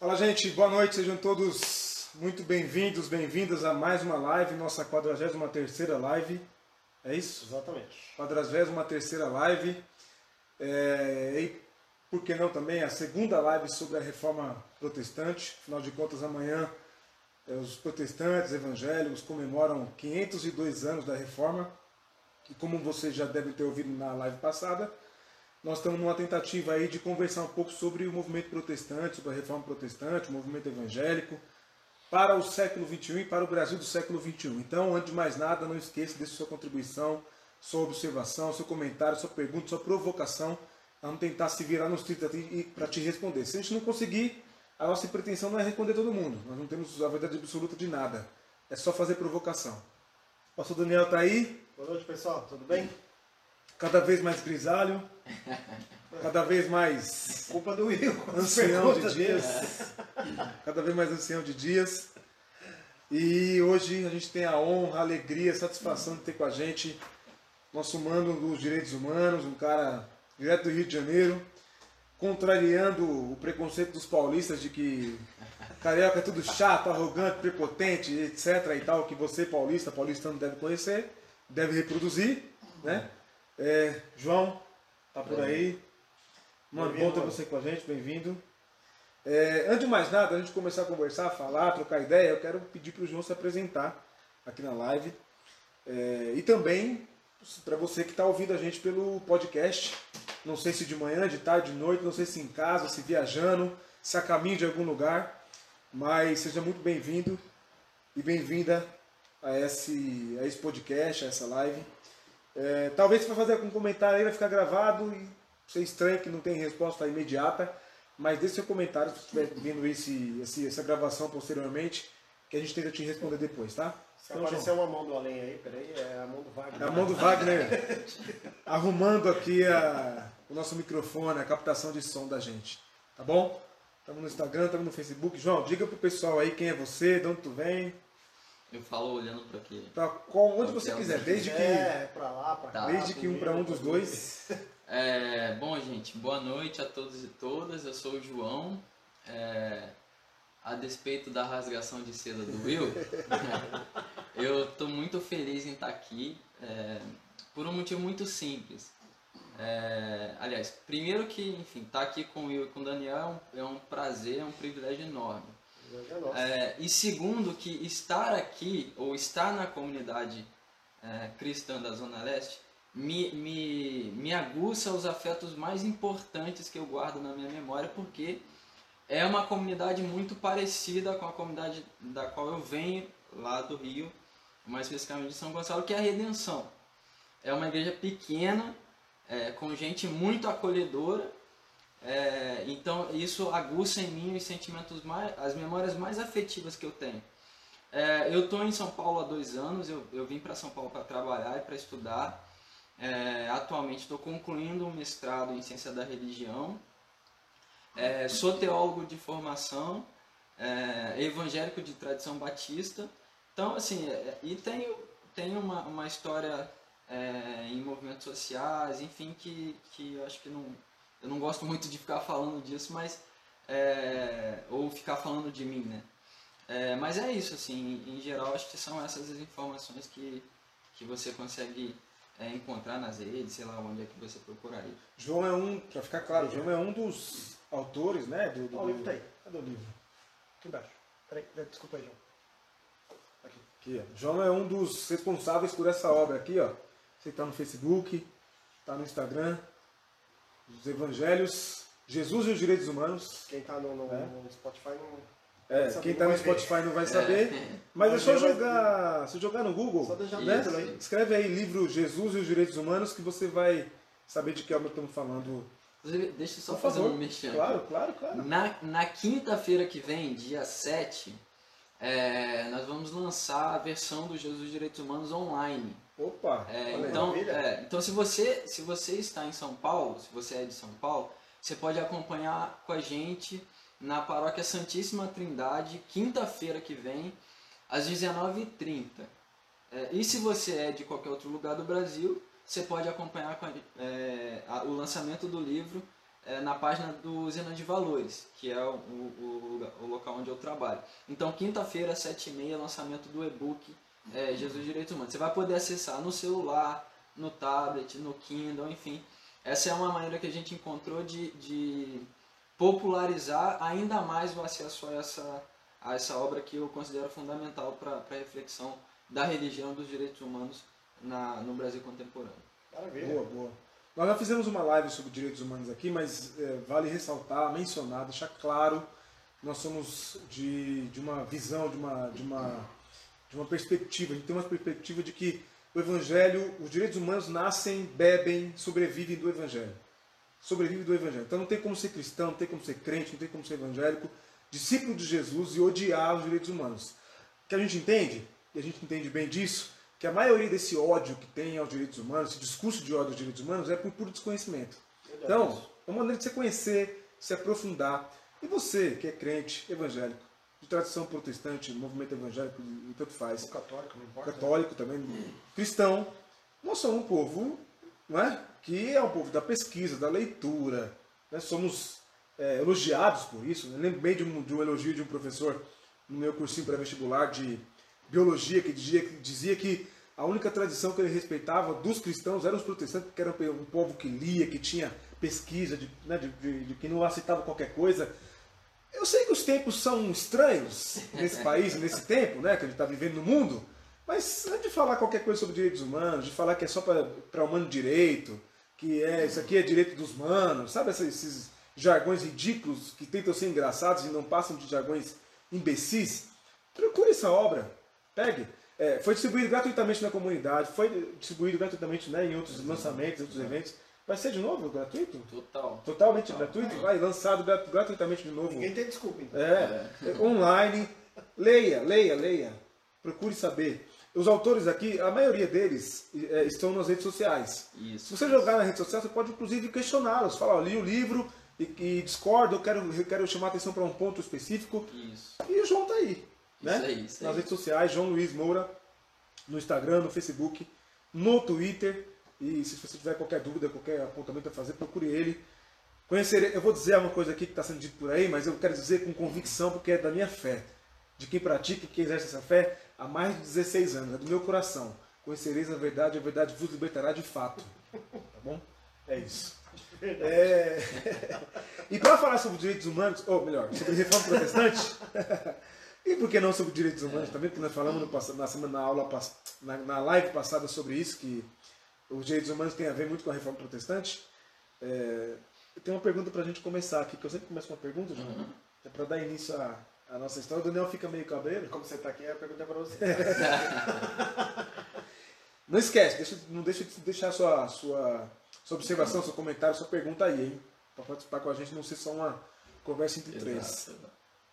Fala, gente, boa noite, sejam todos muito bem-vindos, bem-vindas a mais uma live, nossa 43ª live, é isso? Exatamente. 43ª live, e por que não também a segunda live sobre a Reforma Protestante, afinal de contas amanhã os protestantes evangélicos comemoram 502 anos da Reforma, e como vocês já devem ter ouvido na live passada, nós estamos numa tentativa aí de conversar um pouco sobre o movimento protestante, sobre a Reforma Protestante, o movimento evangélico, para o século XXI e para o Brasil do século XXI. Então, antes de mais nada, não esqueça de sua contribuição, sua observação, seu comentário, sua pergunta, sua provocação. Vamos tentar se virar nos 30 para te responder. Se a gente não conseguir, a nossa pretensão não é responder todo mundo. Nós não temos a verdade absoluta de nada. É só fazer provocação. O pastor Daniel está aí. Boa noite, pessoal. Tudo bem? Cada vez mais grisalho. Cada vez mais Culpa do Will. ancião de dias. Cada vez mais ancião de dias. E hoje a gente tem a honra, a alegria, a satisfação de ter com a gente nosso mano dos direitos humanos, um cara direto do Rio de Janeiro, contrariando o preconceito dos paulistas de que carioca é tudo chato, arrogante, prepotente, etc. e tal, que você, paulistano, deve conhecer, deve reproduzir, né? João, tá por aí. Mano, bom ter você com a gente, bem-vindo. Antes de mais nada, a gente começar a conversar, falar, trocar ideia, eu quero pedir para o João se apresentar aqui na live. E também para você que está ouvindo a gente pelo podcast, não sei se de manhã, de tarde, de noite, não sei se em casa, se viajando, se a caminho de algum lugar, mas seja muito bem-vindo e bem-vinda a esse podcast, a essa live. Talvez se for fazer algum comentário aí vai ficar gravado e ser estranho que não tem resposta imediata, mas deixe seu comentário se estiver vendo essa gravação posteriormente, que a gente tenta te responder depois, tá? Se aparecer uma mão do além aí, peraí, é a mão do Wagner. É a mão do Wagner arrumando aqui o nosso microfone, a captação de som da gente, tá bom? Estamos no Instagram, estamos no Facebook. João, diga pro pessoal aí quem é você, de onde tu vem. Eu falo olhando para quê? Onde você quiser, desde que pra lá, pra cá. desde que para um dos dois. Bom, gente, boa noite a todos e todas. Eu sou o João. A despeito da rasgação de seda do Will, eu estou muito feliz em estar aqui por um motivo muito simples. Aliás, primeiro que, enfim, estar aqui com o Will e com o Daniel é um prazer, é um privilégio enorme. E segundo que estar aqui, ou estar na comunidade cristã da Zona Leste, me aguça os afetos mais importantes que eu guardo na minha memória, porque é uma comunidade muito parecida com a comunidade da qual eu venho, lá do Rio, mais especificamente de São Gonçalo, que é a Redenção. É uma igreja pequena, com gente muito acolhedora, então isso aguça em mim os sentimentos as memórias mais afetivas que eu tenho. Eu estou em São Paulo há 2 anos, eu vim para São Paulo para trabalhar e para estudar. Atualmente estou concluindo um mestrado em Ciência da Religião. Sou teólogo de formação, evangélico de tradição batista. Então, assim, e tenho uma história em movimentos sociais, enfim, que eu acho que eu não gosto muito de ficar falando disso, mas ou ficar falando de mim, né? Mas é isso, assim, em geral, acho que são essas as informações que você consegue encontrar nas redes, sei lá onde é que você procuraria. João para ficar claro, João é um dos autores, né? O livro tá aí. Cadê o livro? Aqui embaixo. Peraí, desculpa aí, João. Aqui, ó. João é um dos responsáveis por essa obra aqui, ó. Você está no Facebook, está no Instagram, os Evangelhos, Jesus e os Direitos Humanos. Quem tá no Spotify não... Quem está no Spotify não vai saber, mas é só jogar, se jogar no Google, né? Escreve aí livro Jesus e os Direitos Humanos que você vai saber de que obra estamos falando. Deixa eu só fazer um merchan. Claro. Na quinta-feira que vem, dia 7, nós vamos lançar a versão do Jesus e os Direitos Humanos online. Opa! Então se você está em São Paulo, se você é de São Paulo, você pode acompanhar com a gente na Paróquia Santíssima Trindade, quinta-feira que vem, às 19h30. E se você é de qualquer outro lugar do Brasil, você pode acompanhar o lançamento do livro na página do Usina de Valores, que é o local onde eu trabalho. Então, quinta-feira, às 7h30, lançamento do e-book Jesus e Direitos Humanos. Você vai poder acessar no celular, no tablet, no Kindle, enfim. Essa é uma maneira que a gente encontrou de popularizar ainda mais o acesso a essa obra que eu considero fundamental para a reflexão da religião dos direitos humanos no Brasil contemporâneo. Maravilha. Boa, boa. Nós já fizemos uma live sobre direitos humanos aqui, mas vale ressaltar, mencionar, deixar claro que nós somos de uma visão, de uma perspectiva. A gente tem uma perspectiva de que o Evangelho, os direitos humanos nascem, bebem, sobrevivem do Evangelho. Sobrevivem do Evangelho. Então não tem como ser cristão, não tem como ser crente, não tem como ser evangélico, discípulo de Jesus e odiar os direitos humanos. O que a gente entende, e a gente entende bem disso, que a maioria desse ódio que tem aos direitos humanos, esse discurso de ódio aos direitos humanos, é por puro desconhecimento. Então, é uma maneira de você conhecer, se aprofundar. E você, que é crente, evangélico, de tradição protestante, movimento evangélico, tanto faz. O católico, não importa. Católico também, cristão. Nós somos um povo, não é? Que é um povo da pesquisa, da leitura. Né? Somos elogiados por isso. Eu lembro bem de um elogio de um professor no meu cursinho pré-vestibular de biologia, que dizia que a única tradição que ele respeitava dos cristãos eram os protestantes, porque era um povo que lia, que tinha pesquisa, de que não aceitava qualquer coisa. Eu sei que os tempos são estranhos nesse país, nesse tempo, né, que a gente está vivendo no mundo, mas antes de falar qualquer coisa sobre direitos humanos, de falar que é só para humano direito, que isso aqui é direito dos manos, sabe esses jargões ridículos que tentam ser engraçados e não passam de jargões imbecis, procure essa obra, pegue. Foi distribuído gratuitamente na comunidade, foi distribuído gratuitamente, né, em outros lançamentos, em outros eventos. Vai ser de novo gratuito? Totalmente gratuito? Vai, lançado gratuitamente de novo. Ninguém tem desculpa, então. Online. Leia. Procure saber. Os autores aqui, a maioria deles estão nas redes sociais. Isso. Se você jogar na rede social, você pode inclusive questioná-los. Falar, li o livro e discordo, eu quero chamar a atenção para um ponto específico. Isso. E o João está aí. Né? Isso aí. Nas redes sociais, João Luiz Moura, no Instagram, no Facebook, no Twitter. E se você tiver qualquer dúvida, qualquer apontamento a fazer, procure ele. Eu vou dizer uma coisa aqui que está sendo dito por aí, mas eu quero dizer com convicção, porque é da minha fé. De quem pratica e quem exerce essa fé há mais de 16 anos. É do meu coração. Conhecereis a verdade vos libertará de fato. Tá bom? É isso. E para falar sobre direitos humanos, ou melhor, sobre reforma protestante, e por que não sobre direitos humanos também, porque nós falamos na live passada sobre isso, que os direitos humanos têm a ver muito com a reforma protestante. Eu tenho uma pergunta para a gente começar aqui, que eu sempre começo com uma pergunta, João. É para dar início à nossa história. O Daniel fica meio cabreiro. Como você está aqui, a pergunta é para você. Não esquece, não deixa de deixar sua observação, seu comentário, sua pergunta aí, hein? Para participar com a gente, não ser só uma conversa entre três. Exato.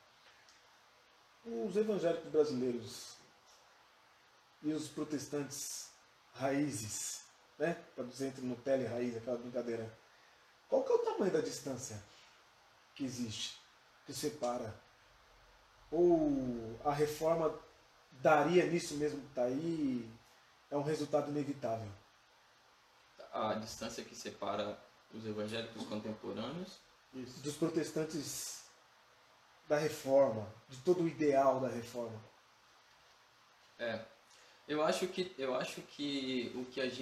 Os evangélicos brasileiros e os protestantes raízes, né? Para dizer entre Nutella e raiz, aquela brincadeira. Qual que é o tamanho da distância que existe, que separa? Ou a reforma daria nisso mesmo que está aí? É um resultado inevitável? A distância que separa os evangélicos contemporâneos dos protestantes da reforma, de todo o ideal da reforma. Eu acho que o que a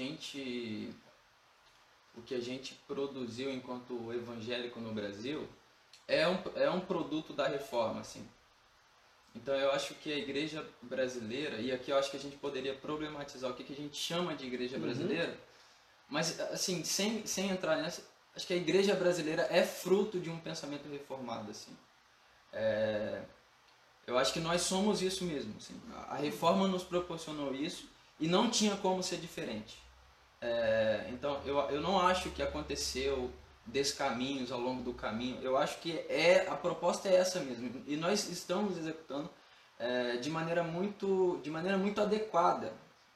gente produziu enquanto evangélico no Brasil é um produto da reforma, assim. Então eu acho que a igreja brasileira, e aqui eu acho que a gente poderia problematizar o que a gente chama de igreja brasileira, mas assim, sem entrar nessa, acho que a igreja brasileira é fruto de um pensamento reformado, assim. Eu acho que nós somos isso mesmo, assim. A reforma nos proporcionou isso e não tinha como ser diferente. Então eu não acho que aconteceu descaminhos ao longo do caminho. Eu acho que a proposta é essa mesmo, e nós estamos executando de maneira muito adequada,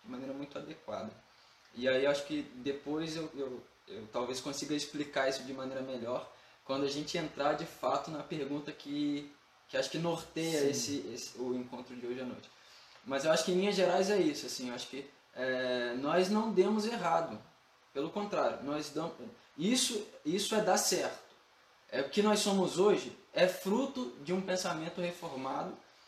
E aí eu acho que depois eu talvez consiga explicar isso de maneira melhor quando a gente entrar de fato na pergunta que acho que norteia o encontro de hoje à noite. Mas eu acho que em linhas gerais é isso, assim. Eu acho que nós não demos errado, pelo contrário, nós damos. Isso é dar certo. O que nós somos hoje é fruto de um pensamento reformado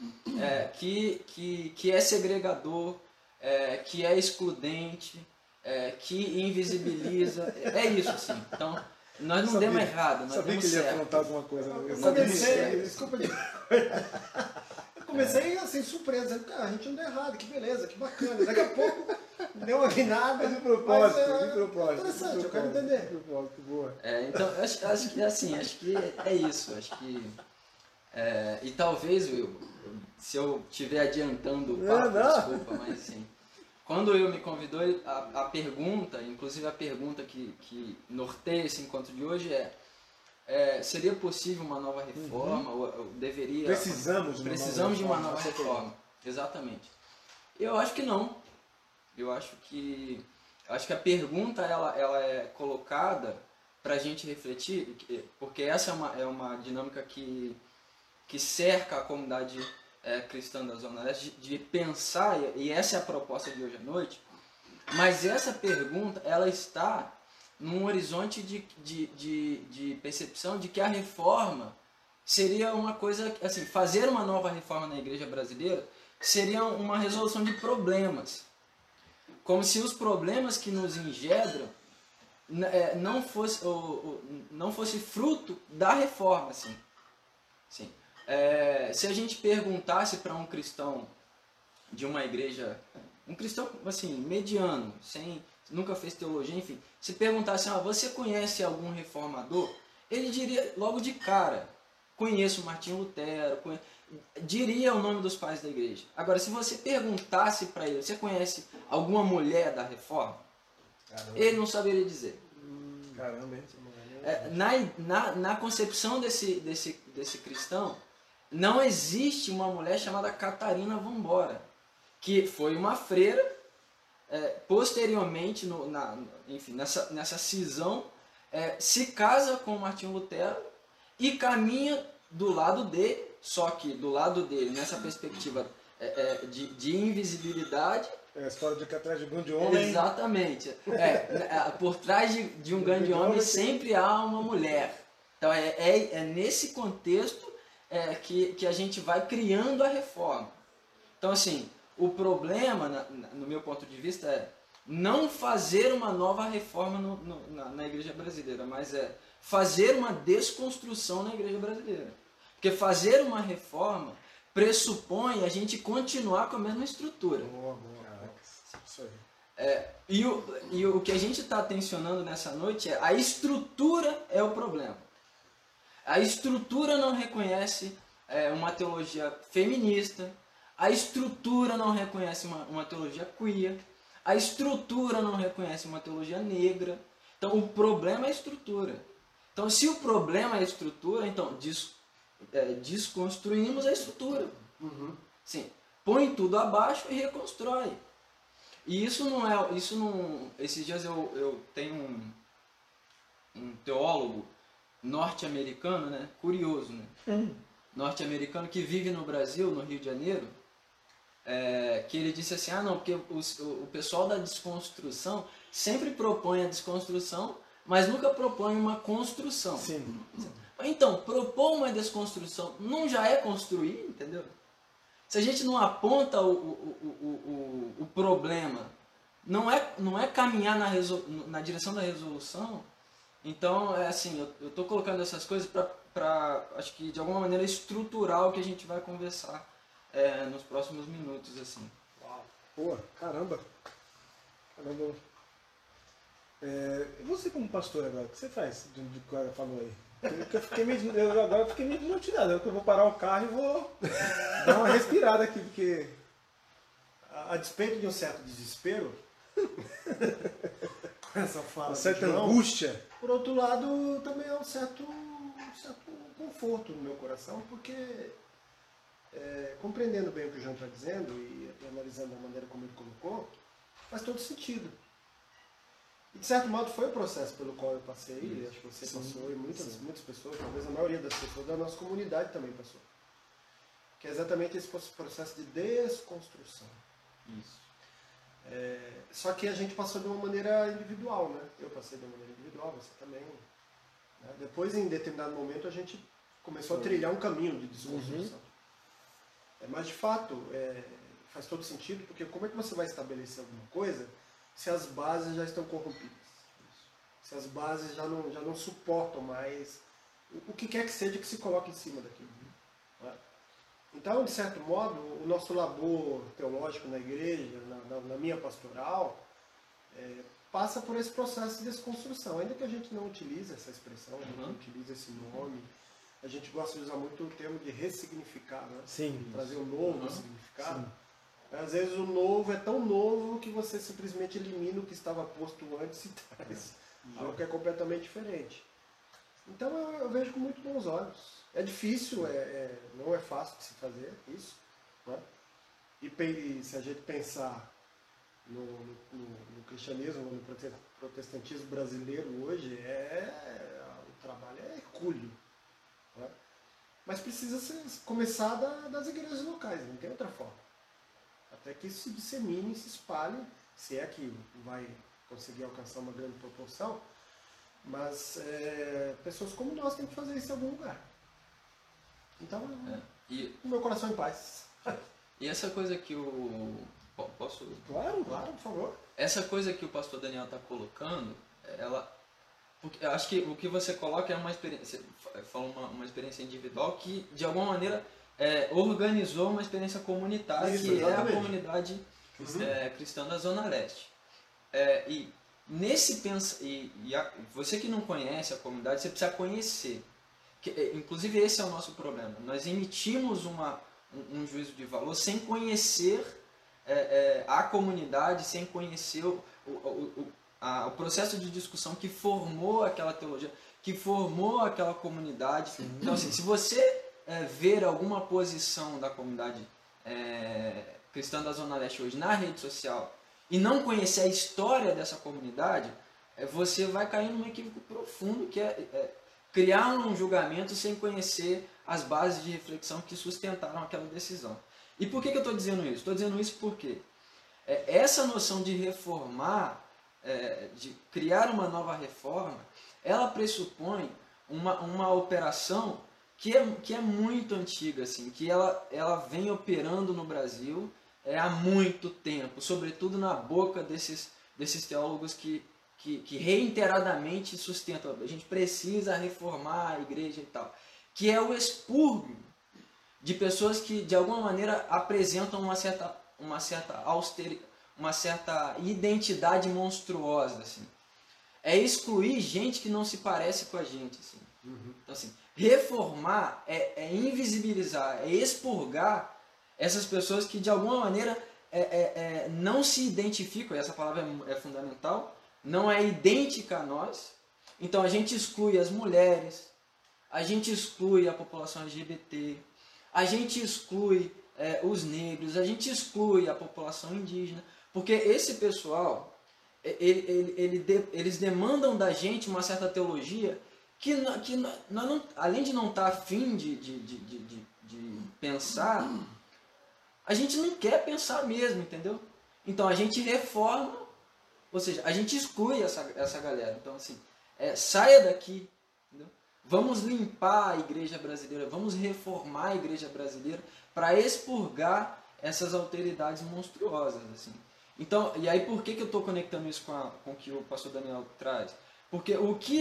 que é segregador, que é excludente, que invisibiliza. É isso, assim. Então, nós não demos errado, nós sabia demos que ele ia certo. afrontar alguma coisa. Eu Não demos comecei, certo. desculpa de... Eu comecei assim, surpreso, dizendo, cara, a gente não deu errado, que beleza, que bacana. Daqui a pouco deu uma guinada. De propósito, mas, de propósito. Interessante, de eu quero propósito, entender. de propósito, boa. Então, acho que assim, acho que é isso. Acho que e talvez, Will, se eu estiver adiantando o papo, Não. desculpa, mas assim, quando o Will me convidou, a pergunta, inclusive a pergunta que norteia esse encontro de hoje seria possível uma nova reforma? Ou deveria... Precisamos de uma nova reforma. Exatamente. Eu acho que não. Eu acho que a pergunta ela é colocada para a gente refletir, porque essa é uma dinâmica que cerca a comunidade cristã da Zona Leste, de pensar, e essa é a proposta de hoje à noite, mas essa pergunta ela está num horizonte de percepção de que a reforma seria uma coisa, assim, fazer uma nova reforma na igreja brasileira seria uma resolução de problemas. Como se os problemas que nos engendram não fosse fruto da reforma, assim. Sim. Se a gente perguntasse para um cristão de uma igreja, um cristão assim, mediano, nunca fez teologia, enfim, se perguntasse, você conhece algum reformador? Ele diria logo de cara, conheço Martinho Lutero, diria o nome dos pais da igreja. Agora, se você perguntasse para ele, você conhece alguma mulher da reforma? Caramba. Ele não saberia dizer. Caramba, hein? Na concepção desse cristão, não existe uma mulher chamada Catarina Vambora, que foi uma freira, posteriormente, nessa cisão, se casa com Martinho Lutero e caminha do lado dele, só que do lado dele, nessa perspectiva de invisibilidade. É a história de que atrás de um grande homem. Exatamente. Por trás de um grande homem sempre há uma mulher. Então é nesse contexto que a gente vai criando a reforma. Então, assim, o problema, no meu ponto de vista, é não fazer uma nova reforma na igreja brasileira, mas fazer uma desconstrução na igreja brasileira. Porque fazer uma reforma pressupõe a gente continuar com a mesma estrutura. Boa. Isso aí. E o que a gente está tensionando nessa noite a estrutura é o problema. A estrutura não reconhece uma teologia feminista, a estrutura não reconhece uma teologia queer, a estrutura não reconhece uma teologia negra. Então o problema é a estrutura. Então se o problema é a estrutura, então desconstruímos a estrutura. Uhum. Sim, põe tudo abaixo e reconstrói. E esses dias eu tenho um teólogo norte-americano, né, curioso, né, norte-americano que vive no Brasil, no Rio de Janeiro, que ele disse assim, não, porque o pessoal da desconstrução sempre propõe a desconstrução, mas nunca propõe uma construção. Sim. Então, propor uma desconstrução não já é construir, entendeu? Se a gente não aponta o problema, não é caminhar na direção da resolução, então, assim, eu estou colocando essas coisas para, acho que de alguma maneira, estruturar o que a gente vai conversar nos próximos minutos, assim. Uau. Pô, caramba. E você como pastor agora, o que você faz do que o cara falou aí? Eu fiquei meio desnorteado. Eu vou parar o carro e vou dar uma respirada aqui, porque... A despeito de um certo desespero, com essa fala uma do certa João, angústia. por outro lado, também é um certo conforto no meu coração, porque compreendendo bem o que o João está dizendo e analisando a maneira como ele colocou, faz todo sentido. E de certo modo foi o processo pelo qual eu passei, acho que você passou, e muitas pessoas, talvez a maioria das pessoas da nossa comunidade também passou. Que é exatamente esse processo de desconstrução. Isso. Só que a gente passou de uma maneira individual, né? Eu passei de uma maneira individual, você também. Né? Depois, em determinado momento, a gente começou a trilhar um caminho de desconstrução. Mas, de fato, faz todo sentido, porque como é que você vai estabelecer alguma coisa se as bases já estão corrompidas? Se as bases já não suportam mais o que quer que seja que se coloque em cima daquilo. Né? Então, de certo modo, o nosso labor teológico na igreja, na minha pastoral, passa por esse processo de desconstrução. Ainda que a gente não utilize essa expressão, a gente não utilize esse nome, a gente gosta de usar muito o termo de ressignificar, né? Sim. Trazer um novo significado. Sim. Às vezes o novo é tão novo que você simplesmente elimina o que estava posto antes e traz algo que é completamente diferente. Então eu vejo com muito bons olhos. É difícil, não é fácil de se fazer isso. Né? E se a gente pensar no cristianismo, no protestantismo brasileiro hoje, o trabalho é hercúleo. Né? Mas precisa começar das igrejas locais, não tem outra forma. Até que isso se dissemine, se espalhe, se é que vai conseguir alcançar uma grande proporção. Mas pessoas como nós têm que fazer isso em algum lugar. Então, o meu coração em paz. E essa coisa que Posso? Claro, por favor. Essa coisa que o pastor Daniel está colocando, porque eu acho que o que você coloca é uma experiência, fala uma experiência individual que, de alguma maneira, organizou uma experiência comunitária, isso, que exatamente. é a comunidade cristã da Zona Leste. E você que não conhece a comunidade, você precisa conhecer. Inclusive, esse é o nosso problema. Nós emitimos um juízo de valor sem conhecer a comunidade, sem conhecer o processo de discussão que formou aquela teologia, que formou aquela comunidade. Sim. Então, assim, se você ver alguma posição da comunidade cristã da Zona Leste hoje na rede social e não conhecer a história dessa comunidade, você vai cair num equívoco profundo, que é criar um julgamento sem conhecer as bases de reflexão que sustentaram aquela decisão. E por que eu estou dizendo isso? Estou dizendo isso porque essa noção de reformar, de criar uma nova reforma, ela pressupõe uma operação que é muito antiga, assim, que ela vem operando no Brasil há muito tempo, sobretudo na boca desses teólogos que reiteradamente sustentam, a gente precisa reformar a igreja e tal, que é o expurgo de pessoas que de alguma maneira apresentam uma certa austeridade, uma certa identidade monstruosa, assim. É excluir gente que não se parece com a gente, assim. Então, assim, reformar é invisibilizar, é expurgar essas pessoas que de alguma maneira não se identificam, e essa palavra é fundamental, não é idêntica a nós. Então a gente exclui as mulheres, a gente exclui a população LGBT, a gente exclui os negros, a gente exclui a população indígena, porque esse pessoal, eles demandam da gente uma certa teologia que nós além de não estar afim de pensar, a gente não quer pensar mesmo, entendeu? Então a gente reforma, ou seja, a gente exclui essa galera. Então, assim, saia daqui, entendeu? Vamos limpar a igreja brasileira, vamos reformar a igreja brasileira para expurgar essas alteridades monstruosas, assim. Então, e aí por que eu estou conectando isso com o que o pastor Daniel traz? Porque o que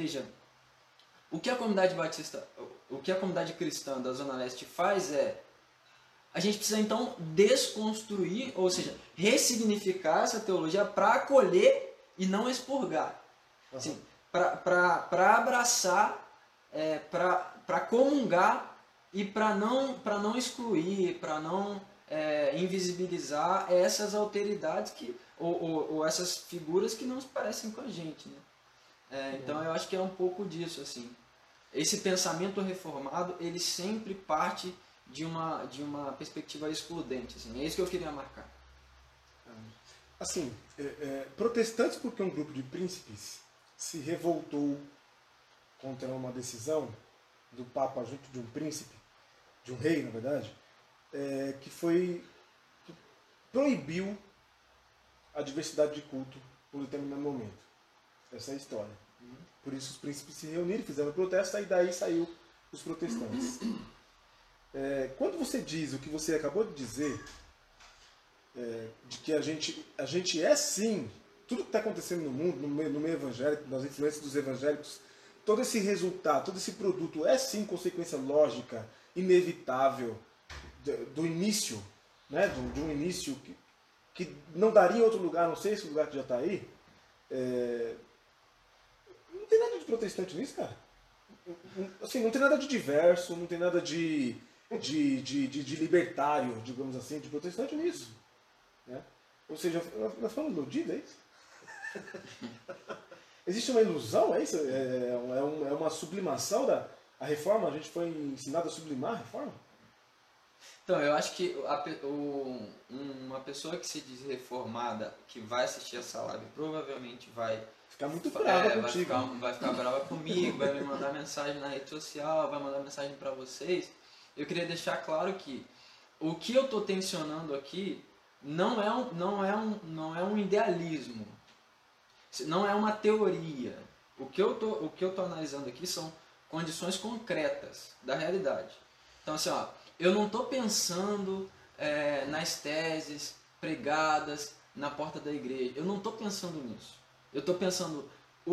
a comunidade batista, o que a comunidade cristã da Zona Leste faz a gente precisa então desconstruir, ou seja, ressignificar essa teologia para acolher e não expurgar. Assim, para abraçar, para comungar e para não excluir, para não invisibilizar essas alteridades ou essas figuras que não se parecem com a gente. Né? Então eu acho que é um pouco disso. Assim. Esse pensamento reformado, ele sempre parte de uma perspectiva excludente. Assim. É isso que eu queria marcar. Assim, protestantes porque um grupo de príncipes se revoltou contra uma decisão do Papa junto de um príncipe, de um rei, na verdade, que proibiu a diversidade de culto por um determinado momento. Essa é a história. Por isso os príncipes se reuniram, fizeram protesto, e daí saiu os protestantes. Quando você diz o que você acabou de dizer, de que a gente é sim, tudo que está acontecendo no mundo, no meio evangélico, nas influências dos evangélicos, todo esse resultado, todo esse produto é sim consequência lógica, inevitável do início, né, de um início que não daria em outro lugar, não sei se o lugar que já está aí. Não tem nada de protestante nisso, cara. Assim, não tem nada de diverso, não tem nada de libertário, digamos assim, de protestante nisso. Né? Ou seja, nós falamos iludida, é isso? Existe uma ilusão, é isso? É uma sublimação da reforma? A gente foi ensinado a sublimar a reforma? Então, eu acho que uma pessoa que se diz reformada, que vai assistir essa live, provavelmente vai ficar muito brava contigo. Vai ficar brava comigo, vai me mandar mensagem na rede social, vai mandar mensagem para vocês. Eu queria deixar claro que o que eu estou tensionando aqui não é um idealismo, não é uma teoria. O que eu tô analisando aqui são condições concretas da realidade. Então, assim, ó, eu não estou pensando nas teses pregadas na porta da igreja. Eu não estou pensando nisso. Eu estou pensando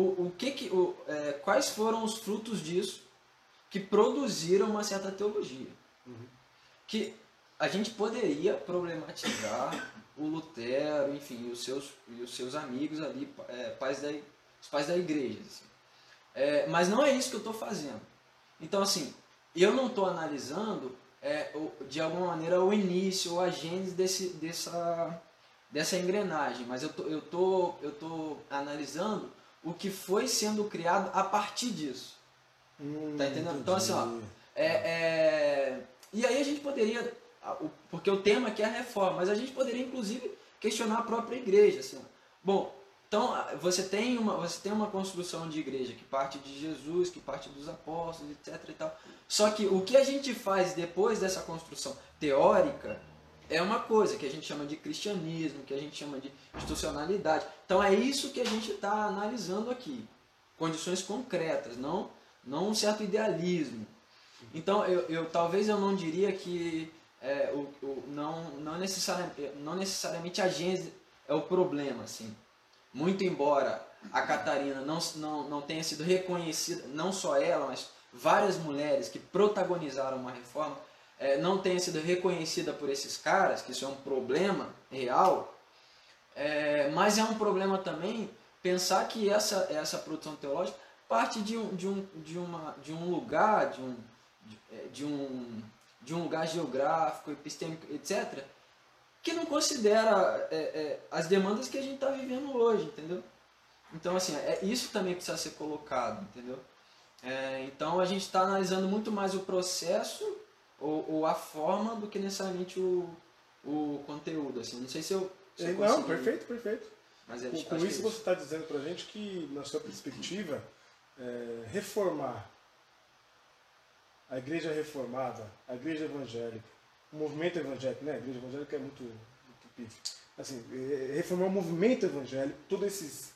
quais foram os frutos disso que produziram uma certa teologia. Que a gente poderia problematizar o Lutero, enfim, os seus amigos ali, os pais da igreja. Assim. Mas não é isso que eu estou fazendo. Então, assim, eu não estou analisando de alguma maneira o início ou a gênese dessa engrenagem, mas eu tô analisando o que foi sendo criado a partir disso. Tá entendendo? Entendi. Então, assim, ó, e aí a gente poderia, porque o tema aqui é a reforma, mas a gente poderia inclusive questionar a própria igreja. Assim, ó. Bom, então você tem uma construção de igreja que parte de Jesus, que parte dos apóstolos, etc. e tal. Só que o que a gente faz depois dessa construção teórica é uma coisa que a gente chama de cristianismo, que a gente chama de institucionalidade. Então é isso que a gente está analisando aqui. Condições concretas, não um certo idealismo. Então talvez eu não diria que não necessariamente a gênese é o problema, assim. Muito embora a Catarina não tenha sido reconhecida, não só ela, mas várias mulheres que protagonizaram uma reforma, não tenha sido reconhecida por esses caras, que isso é um problema real, mas é um problema também pensar que essa produção teológica parte de um lugar, de um lugar geográfico, epistêmico, etc., que não considera as demandas que a gente está vivendo hoje, entendeu? Então, assim, isso também precisa ser colocado, entendeu? Então, a gente está analisando muito mais o processo ou a forma do que necessariamente o conteúdo, assim. Não sei se eu Não, perfeito. Mas com isso você está dizendo para a gente que, na sua perspectiva, reformar a igreja reformada, a igreja evangélica, o movimento evangélico, né? A igreja evangélica é muito pífio. Assim, reformar o movimento evangélico, todo essa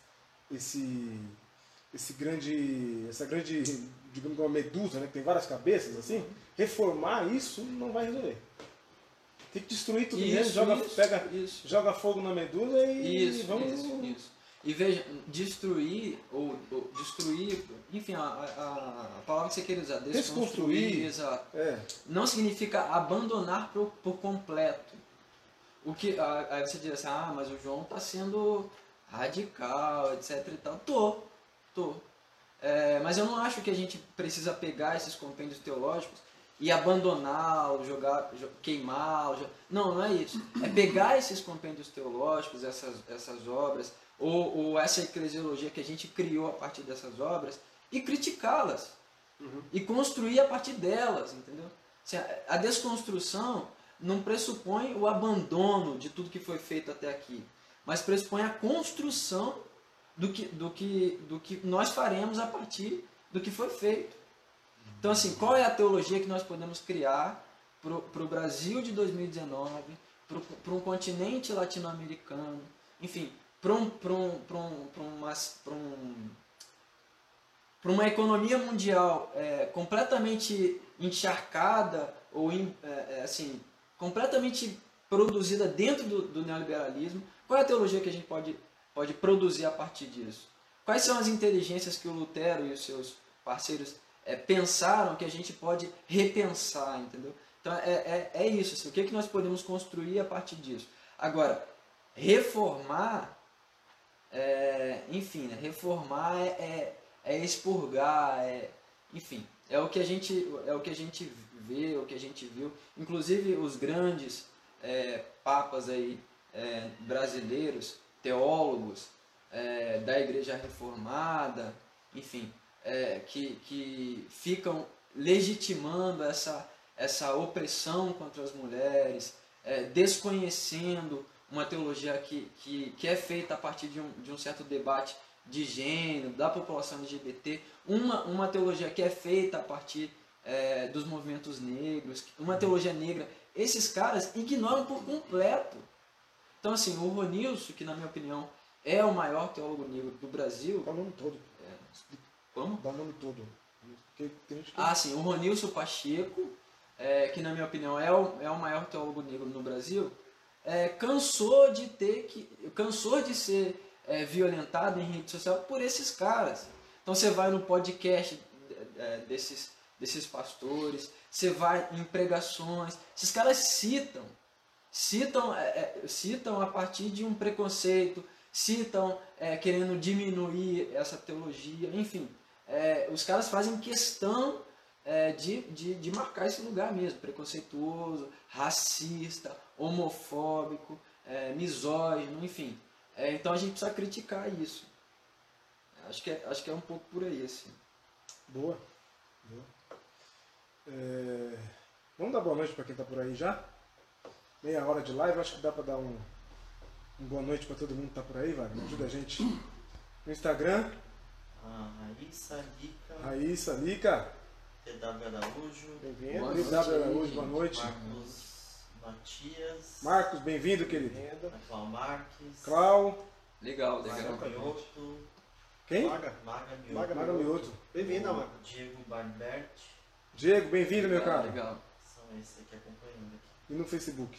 grande, digamos, uma medusa, né, que tem várias cabeças, assim, reformar isso não vai resolver. Tem que destruir tudo mesmo, joga fogo na medusa e vamos... Isso. E veja, destruir, enfim, a palavra que você quer usar, desconstruir, exato. Não significa abandonar por completo. Aí você diz assim, mas o João está sendo radical, etc e tal. Tô. Mas eu não acho que a gente precisa pegar esses compêndios teológicos e abandoná-los, queimá-los. Não é isso. É pegar esses compêndios teológicos, essas obras, ou essa eclesiologia que a gente criou a partir dessas obras, e criticá-las. E construir a partir delas, entendeu? Assim, a desconstrução não pressupõe o abandono de tudo que foi feito até aqui, mas pressupõe a construção do que nós faremos a partir do que foi feito. Então, assim, qual é a teologia que nós podemos criar para o Brasil de 2019, para um continente latino-americano, enfim, uma economia mundial completamente encharcada ou assim, completamente produzida dentro do neoliberalismo, qual é a teologia que a gente pode produzir a partir disso? Quais são as inteligências que o Lutero e os seus parceiros pensaram que a gente pode repensar, entendeu? Então é isso, assim, o que, é que nós podemos construir a partir disso? Agora, reformar, enfim, né? Reformar é expurgar, enfim, é o que a gente vê, o que a gente viu, inclusive os grandes papas aí, brasileiros, teólogos da Igreja Reformada, enfim, que ficam legitimando essa opressão contra as mulheres, desconhecendo uma teologia que é feita a partir de um certo debate de gênero, da população LGBT, uma teologia que é feita a partir dos movimentos negros, uma teologia negra. Esses caras ignoram por completo. Então, assim, o Ronilson, que na minha opinião é o maior teólogo negro do Brasil... Dá o nome todo. Como? Dá o nome todo. Sim, o Ronilson Pacheco, que na minha opinião é o maior teólogo negro no Brasil, cansou de ser violentado em rede social por esses caras. Então você vai no podcast desses pastores, você vai em pregações, esses caras citam a partir de um preconceito, citam querendo diminuir essa teologia, enfim, os caras fazem questão de marcar esse lugar mesmo, preconceituoso, racista, homofóbico, misógino, enfim. Então a gente precisa criticar isso. Acho que é um pouco por aí, assim. Boa. Vamos dar boa noite para quem está por aí já? Meia hora de live, acho que dá para dar um boa noite para todo mundo que está por aí, Wagner. Ajuda a gente no Instagram. Raíssa Lica. TW Araújo. Bem-vindo. TW Araújo, boa noite. Marcos Matias. Marcos, bem-vindo, querido. Cláudio Marques. Clau. Legal. Maga Mioto. Quem? Maga Mioto. Bem-vindo, Maga. Diego Barbert. Diego, bem-vindo, meu cara. Legal. São esses aqui acompanhando aqui. E no Facebook?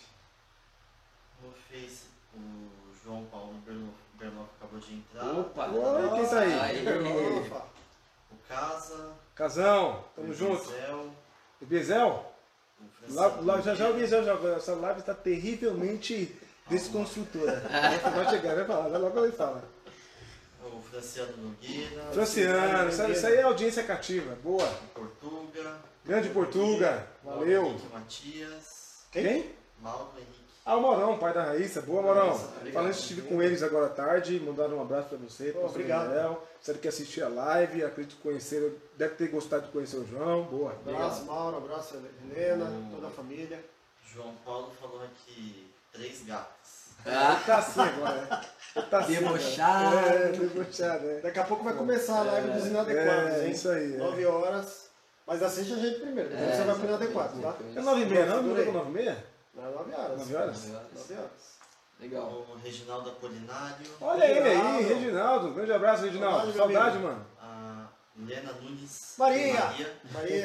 No Face, o João Paulo Berloff acabou de entrar. Opa! Oi, quem tá aí? Aí. O Casa. Casão, tamo o junto. Bizel, O Biesel? o Francisco Já o Biesel joga. Essa live está terrivelmente desconstrutora. Vai chegar, vai falar, logo ele fala. O Franciano Nogueira. Franciano, isso aí é audiência cativa. Boa. O Portuga. Grande Portuga, valeu. Henrique Matias. Quem? Mauro Henrique. Ah, o Maurão, pai da Raíssa. Boa, Maurão. Obrigado. Falando isso, estive com eles agora à tarde. Mandaram um abraço para você. Pro Obrigado. Daniel. Você que assistir a live, acredito que conhecer, deve ter gostado de conhecer o João. Boa. Abraço, Mauro. Abraço, Helena, toda a família. João Paulo falou aqui 3 gatos. Tá assim agora, Tá assim, Debochado. Debochado, Daqui a pouco vai começar a live dos inadequados, hein? Isso aí. 9 horas. Mas assiste a gente primeiro, depois você vai pro inadequado, tá? É 9h30, não? Não é 9h30? Não, 9 horas. 9 horas? 9 horas. Legal. O Reginaldo Apolinário. Olha ele aí, Reginaldo. Reginaldo. Grande abraço, Reginaldo. Saudade, Saudade, amigo. mano. A Lena Nunes. Maria.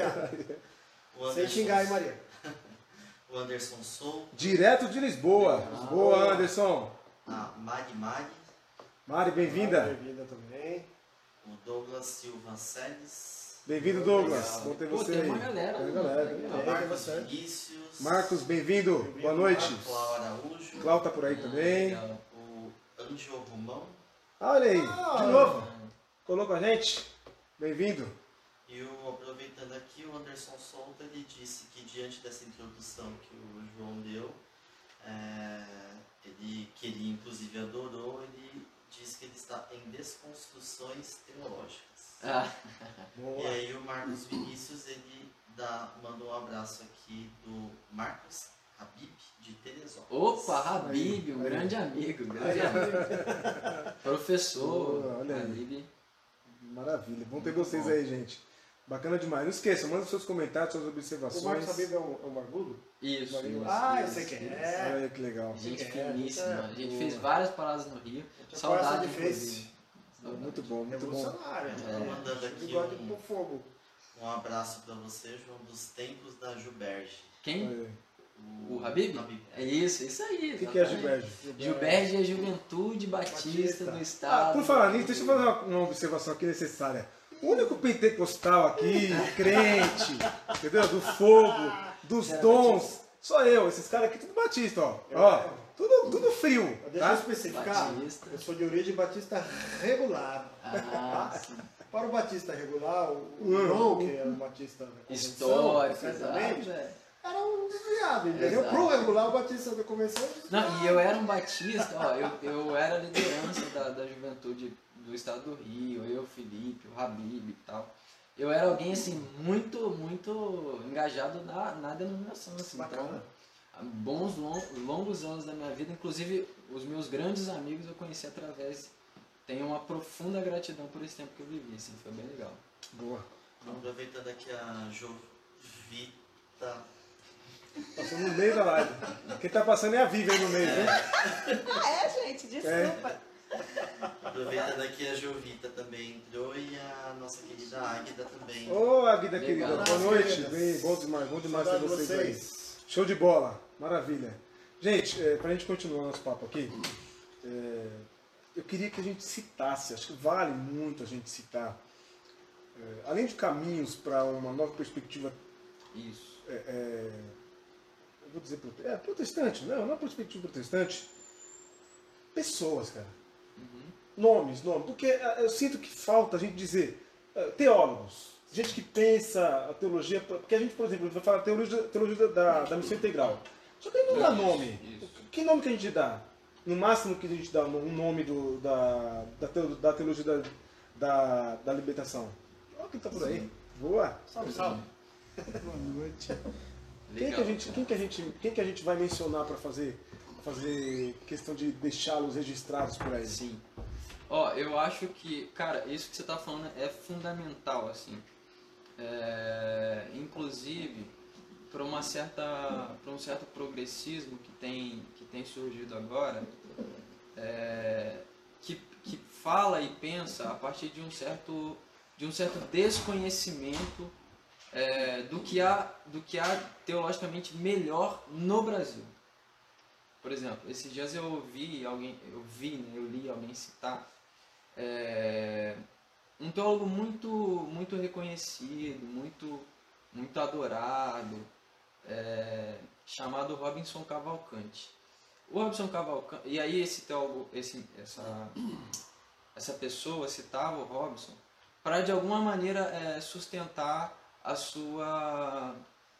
O Sem xingar aí, Maria. O Anderson Sou. Direto de Lisboa. Boa, Anderson. A Mari. Mari, bem-vinda. Bem-vinda também. O Douglas Silva Seles. Bem-vindo, Douglas. Bom ter Pô, você tem aí. uma galera. Tem mano. galera. Legal. Marcos Vinícius. Marcos, bem-vindo. Boa noite. Cláudio Araújo. Cláudio tá por aí também. Legal. O Ângelo Romão. Olha aí, de novo. Colou com a gente. Bem-vindo. E aproveitando aqui, o Anderson Souto, ele disse que diante dessa introdução que o João deu, ele inclusive adorou, ele disse que ele está em desconstruções teológicas. E aí o Marcos Vinícius, ele manda um abraço aqui do Marcos Habib, de Teresópolis. Opa, Habib, um grande amigo. Professor. Boa, olha aí. Habib. Maravilha. Bom ter vocês aí, gente. Bacana demais. Não esqueça, manda seus comentários, suas O observações. Marcos Habib é um barbudo? Isso. Ah, eu sei quem é. Olha aí que legal. Gente É, finíssima. A gente boa. fez várias paradas no Rio. Já Saudade conhece de inclusive. Face. Muito bom, muito bom. Revolucionário. Estou mandando aqui um abraço para você, João, dos tempos da Gilberge. Quem? O Habib? É isso aí. O que é Gilberge? Gilberge é Juventude Batista do Estado. Por falar nisso, deixa eu fazer uma observação aqui necessária. O único pentecostal aqui, crente, entendeu? Do fogo, dos dons, sou eu. Esses caras aqui, tudo batista, ó. Tudo frio. Deixa eu especificar, eu sou de origem batista regular. Para o batista regular, o João, que era um batista histórico, certamente, era um desviado, entendeu? Pro regular, o batista da convenção... Não, e eu era um batista, eu era liderança da juventude do estado do Rio, eu, Felipe, o Habib e tal. Eu era alguém, assim, muito engajado na denominação, assim. Bacana. Então, bons, longos anos da minha vida, inclusive os meus grandes amigos eu conheci através... Tenho uma profunda gratidão por esse tempo que eu vivi, assim, foi bem legal. Boa. Aproveitando aqui a Jovita. Passou no meio da live. Quem tá passando é a Vivi aí no meio, viu? Gente, desculpa. Aproveitando aqui a Jovita também entrou e a nossa querida Águida também. Ô, Águida querida, boa noite. Bem, bom demais ter vocês aí. Show de bola, maravilha. Gente, pra gente continuar nosso papo aqui, eu queria que a gente citasse, acho que vale muito a gente citar, além de caminhos para uma nova perspectiva. Isso. Eu vou dizer protestante, não é perspectiva protestante. Pessoas, cara. Nomes, porque eu sinto que falta a gente dizer teólogos, gente que pensa a teologia, porque a gente, por exemplo, vai falar teologia da missão integral. Só que a gente não dá nome. Que nome que a gente dá? No máximo que a gente dá um nome da teologia da libertação. Olha quem tá por aí. Boa. Salve. Boa noite. Quem que a gente vai mencionar para fazer questão de deixá-los registrados por aí? Sim. Eu acho que, cara, isso que você tá falando é fundamental, assim. Inclusive, para um certo progressismo que tem surgido agora, que fala e pensa a partir de um certo desconhecimento do que há teologicamente melhor no Brasil. Por exemplo, esses dias eu li alguém citar um teólogo muito reconhecido, muito adorado, chamado Robinson Cavalcante. O Robinson Cavalcante, e aí esse teólogo, essa pessoa citava o Robinson para de alguma maneira sustentar a sua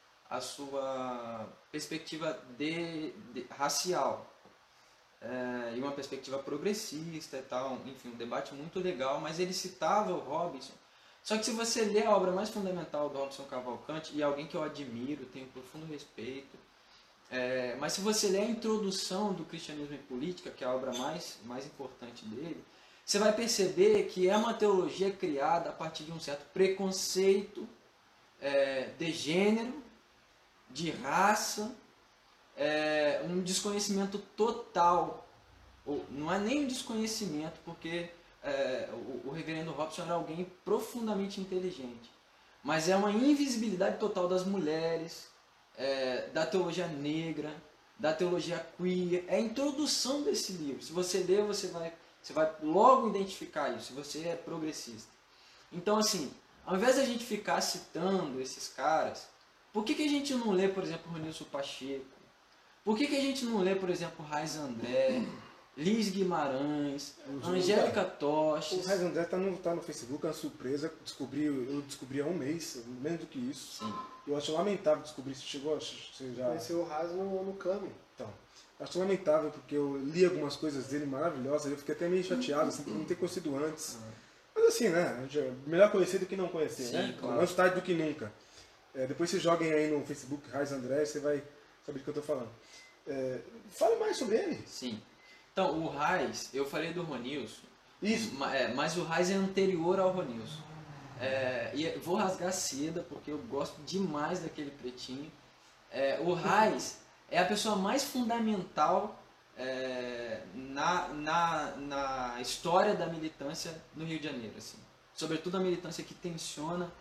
perspectiva racial, e uma perspectiva progressista e tal, enfim, um debate muito legal, mas ele citava o Robinson. Só que se você ler a obra mais fundamental do Robinson Cavalcante, e alguém que eu admiro, tenho profundo respeito, mas se você ler a introdução do Cristianismo e Política, que é a obra mais importante dele, você vai perceber que é uma teologia criada a partir de um certo preconceito de gênero, de raça, um desconhecimento total. Não é nem um desconhecimento, porque o reverendo Robson era alguém profundamente inteligente, mas é uma invisibilidade total das mulheres, da teologia negra, da teologia queer. É a introdução desse livro. Se você ler, você vai logo identificar isso, se você é progressista. Então, assim, ao invés de a gente ficar citando esses caras, por que a gente não lê, por exemplo, Ronilson Pacheco? Por que a gente não lê, por exemplo, Raiz André, Liz Guimarães, Angélica Toches? O Raiz André tá no Facebook, é uma surpresa. Eu descobri há um mês, menos do que isso. Sim. Eu acho lamentável descobrir isso. Você já conheceu o Raiz no Cami. Então, acho lamentável porque eu li algumas coisas dele maravilhosas e eu fiquei até meio chateado assim, por não ter conhecido antes. Mas assim, né? Melhor conhecer do que não conhecer, sim, né? Claro. Mais tarde do que nunca. Depois vocês joguem aí no Facebook Raiz André, você vai saber do que eu estou falando. Fale mais sobre ele. Sim. Então, o Raiz, eu falei do Ronilson. Isso. Mas o Raiz é anterior ao Ronilson. E vou rasgar seda, porque eu gosto demais daquele pretinho. O Raiz é a pessoa mais fundamental na história da militância no Rio de Janeiro, assim. Sobretudo a militância que tensiona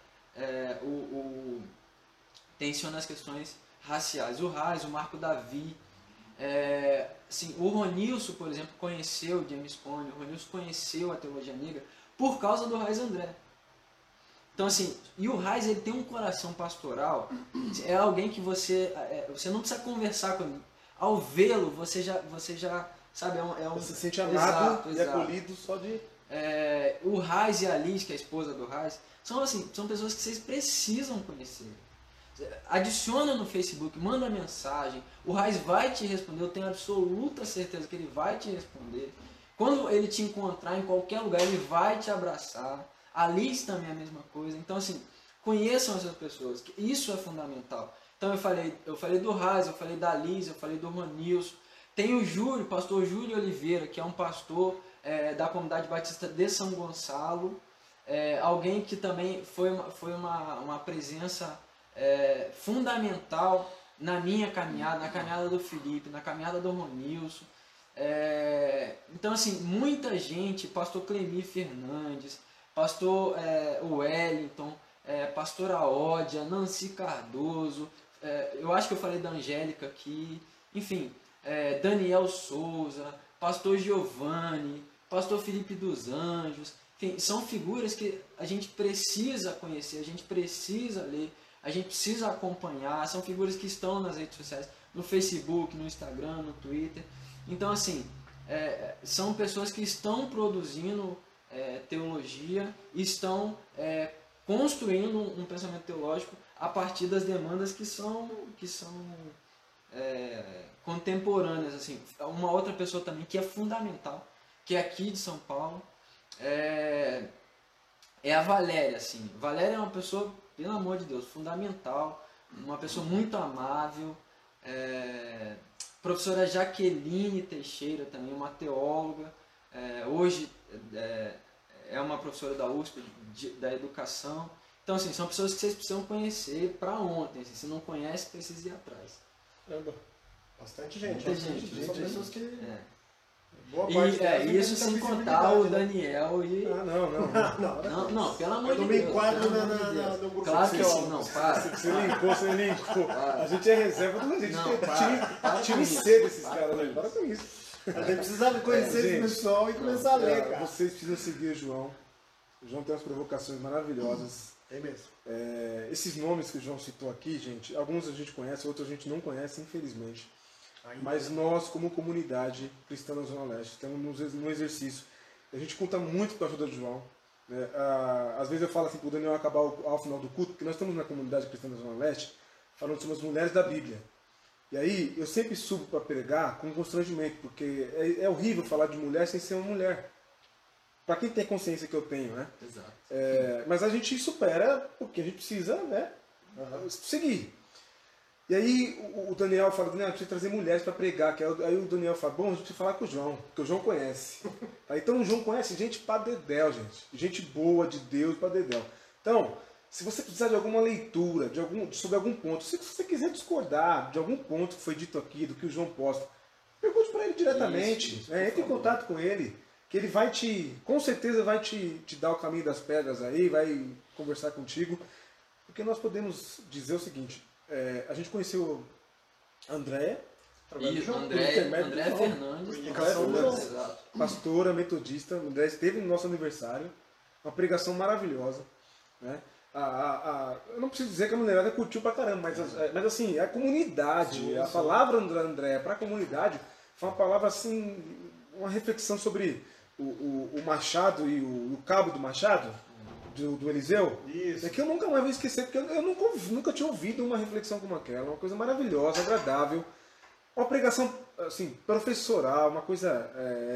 as questões raciais. O Reis, o Marco Davi, assim, o Ronilson, por exemplo, conheceu o James Cone, o Ronilson conheceu a teologia negra por causa do Reis André. Então, assim, e o Reis, ele tem um coração pastoral, é alguém que você não precisa conversar com ele. Ao vê-lo, você já sabe, você se sente amado e acolhido só de... o Reis e a Liz, que é a esposa do Reis, são pessoas que vocês precisam conhecer. Adiciona no Facebook, manda mensagem, o Reis vai te responder, eu tenho absoluta certeza que ele vai te responder. Quando ele te encontrar em qualquer lugar, ele vai te abraçar. A Liz também é a mesma coisa. Então, assim, conheçam essas pessoas, que isso é fundamental. Então, eu falei do Reis, eu falei da Liz, eu falei do Ronilson. Tem o Júlio, pastor Júlio Oliveira, que é um pastor da comunidade batista de São Gonçalo. Alguém que também foi uma presença fundamental na minha caminhada, na caminhada do Felipe, na caminhada do Ronilson. Então, assim, muita gente, pastor Clemir Fernandes, pastor Wellington, pastora Ódia, Nancy Cardoso, eu acho que eu falei da Angélica aqui, enfim, Daniel Souza, pastor Giovanni, pastor Felipe dos Anjos, enfim, são figuras que a gente precisa conhecer, a gente precisa ler, a gente precisa acompanhar, são figuras que estão nas redes sociais, no Facebook, no Instagram, no Twitter. Então, assim, são pessoas que estão produzindo teologia e estão construindo um pensamento teológico a partir das demandas que são contemporâneas. Assim. Uma outra pessoa também que é fundamental, que é aqui de São Paulo, é a Valéria. Assim. Valéria é uma pessoa, pelo amor de Deus, fundamental, uma pessoa muito amável. Professora Jaqueline Teixeira também, uma teóloga, hoje é uma professora da USP, da educação. Então, assim, são pessoas que vocês precisam conhecer para ontem. Se não conhece, precisa ir atrás. Bastante gente. Muita gente. São pessoas que... Boa parte isso sem contar o Daniel e... Não, pelo amor de Deus. Eu não me enquadro no grupo. Claro que sim, não, para. Você linkou. A gente é reserva do gente. Time C desses caras aí. Para com isso. A gente precisava conhecer esse pessoal e começar a ler, cara. Vocês precisam seguir o João. O João tem umas provocações maravilhosas. Tem mesmo. Esses nomes que o João citou aqui, gente, alguns a gente conhece, outros a gente não conhece, infelizmente. Mas nós, como comunidade cristã na Zona Leste, estamos no exercício. A gente conta muito com a ajuda do João. Né? Às vezes eu falo assim para o Daniel acabar ao final do culto, porque nós estamos na comunidade cristã da Zona Leste, falando sobre as mulheres da Bíblia. E aí eu sempre subo para pregar com constrangimento, porque é horrível falar de mulher sem ser uma mulher. Para quem tem consciência que eu tenho, né? Exato. Mas a gente supera porque a gente precisa, né, seguir. E aí o Daniel fala, Daniel, precisa trazer mulheres para pregar. Aí o Daniel fala, bom, a gente precisa falar com o João, porque o João conhece. Então o João conhece gente para dedéu, gente. Gente boa de Deus para dedéu. Então, se você precisar de alguma leitura, sobre algum ponto, se você quiser discordar de algum ponto que foi dito aqui, do que o João posta, pergunte para ele diretamente. Entre em contato com ele, que ele vai com certeza vai te dar o caminho das pedras aí, vai conversar contigo. Porque nós podemos dizer o seguinte, a gente conheceu a Andréia, Andréia Fernandes, pastora metodista. Andréia esteve no nosso aniversário, uma pregação maravilhosa, né? Eu não preciso dizer que a mulherada curtiu pra caramba, mas assim, a comunidade, a palavra da Andréia para a comunidade foi uma palavra assim, uma reflexão sobre o machado e o cabo do machado, do Eliseu. Isso. É que eu nunca mais vou esquecer, porque eu nunca tinha ouvido uma reflexão como aquela, uma coisa maravilhosa, agradável, uma pregação assim, professoral, uma coisa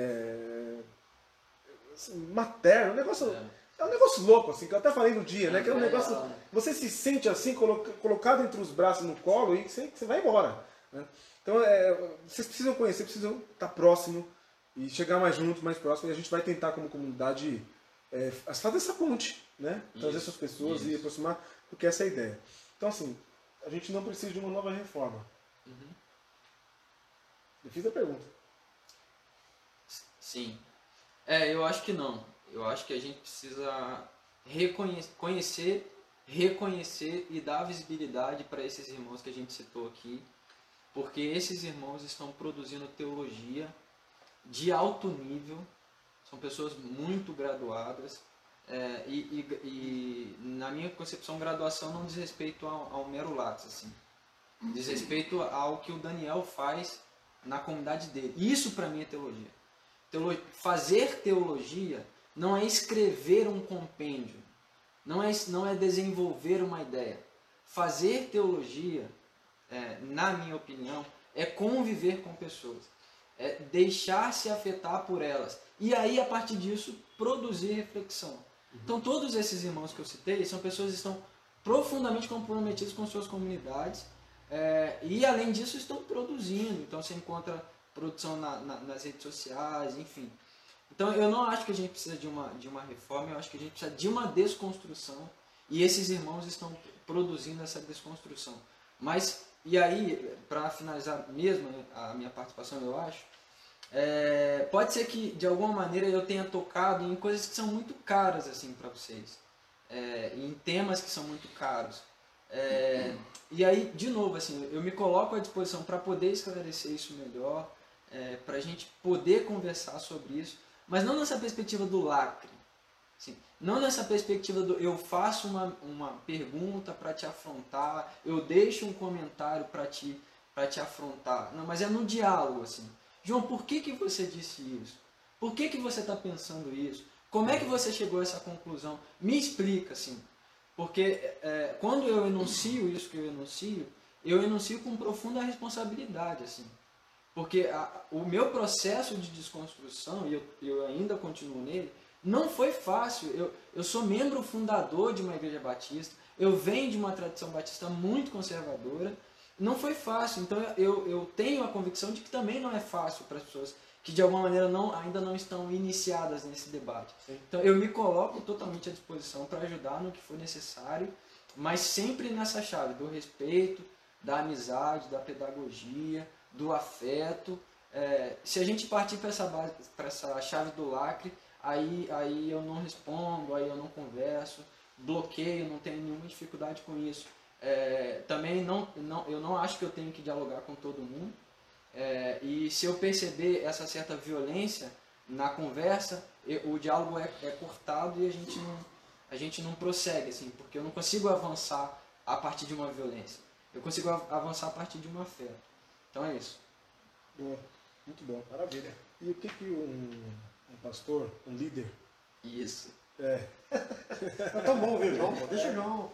assim, materna, um negócio... É um negócio louco, assim, que eu até falei no dia, né? Que é um negócio... Você se sente assim, colocado entre os braços no colo e você vai embora. Né? Então, vocês precisam conhecer, precisam estar próximo e chegar mais junto, mais próximo. E a gente vai tentar, como comunidade, fazer essa ponte, né? Trazer essas pessoas e aproximar, porque essa é a ideia. Então, assim, a gente não precisa de uma nova reforma. Eu fiz a pergunta. Sim. Eu acho que não. Eu acho que a gente precisa reconhecer e dar visibilidade para esses irmãos que a gente citou aqui, porque esses irmãos estão produzindo teologia de alto nível, são pessoas muito graduadas, e na minha concepção, graduação não diz respeito ao mero lápis, assim. Diz respeito ao que o Daniel faz na comunidade dele. Isso para mim é teologia. Fazer teologia não é escrever um compêndio, não é desenvolver uma ideia. Fazer teologia, na minha opinião, é conviver com pessoas, é deixar-se afetar por elas. E aí, a partir disso, produzir reflexão. Então, todos esses irmãos que eu citei são pessoas que estão profundamente comprometidas com suas comunidades, e além disso estão produzindo. Então você encontra produção nas redes sociais, enfim. Então eu não acho que a gente precisa de uma reforma, eu acho que a gente precisa de uma desconstrução, e esses irmãos estão produzindo essa desconstrução. Mas, e aí, para finalizar mesmo a minha participação, eu acho, pode ser que de alguma maneira eu tenha tocado em coisas que são muito caras assim para vocês, em temas que são muito caros. E aí, de novo, assim, eu me coloco à disposição para poder esclarecer isso melhor, para a gente poder conversar sobre isso, mas não nessa perspectiva do lacre, assim, não nessa perspectiva do eu faço uma pergunta para te afrontar, eu deixo um comentário para te afrontar, não, mas é no diálogo, assim. João, por que você disse isso? Por que você está pensando isso? Como é que você chegou a essa conclusão? Me explica, assim. Porque quando eu enuncio isso que eu enuncio com profunda responsabilidade, assim. Porque o meu processo de desconstrução, e eu ainda continuo nele, não foi fácil. Eu sou membro fundador de uma igreja batista, eu venho de uma tradição batista muito conservadora, não foi fácil. Então eu tenho a convicção de que também não é fácil para as pessoas que de alguma maneira ainda não estão iniciadas nesse debate. Sim. Então eu me coloco totalmente à disposição para ajudar no que for necessário, mas sempre nessa chave do respeito, da amizade, da pedagogia, do afeto. Se a gente partir para essa chave do lacre, aí eu não respondo, aí eu não converso, bloqueio, não tenho nenhuma dificuldade com isso. Também eu não acho que eu tenho que dialogar com todo mundo. E se eu perceber essa certa violência na conversa, o diálogo é cortado e a gente não prossegue, assim, porque eu não consigo avançar a partir de uma violência. Eu consigo avançar a partir de um afeto. Então é isso. Boa, muito bom, maravilha. E o que um pastor, um líder... Isso. Tá tão bom, viu, João? Deixa o João.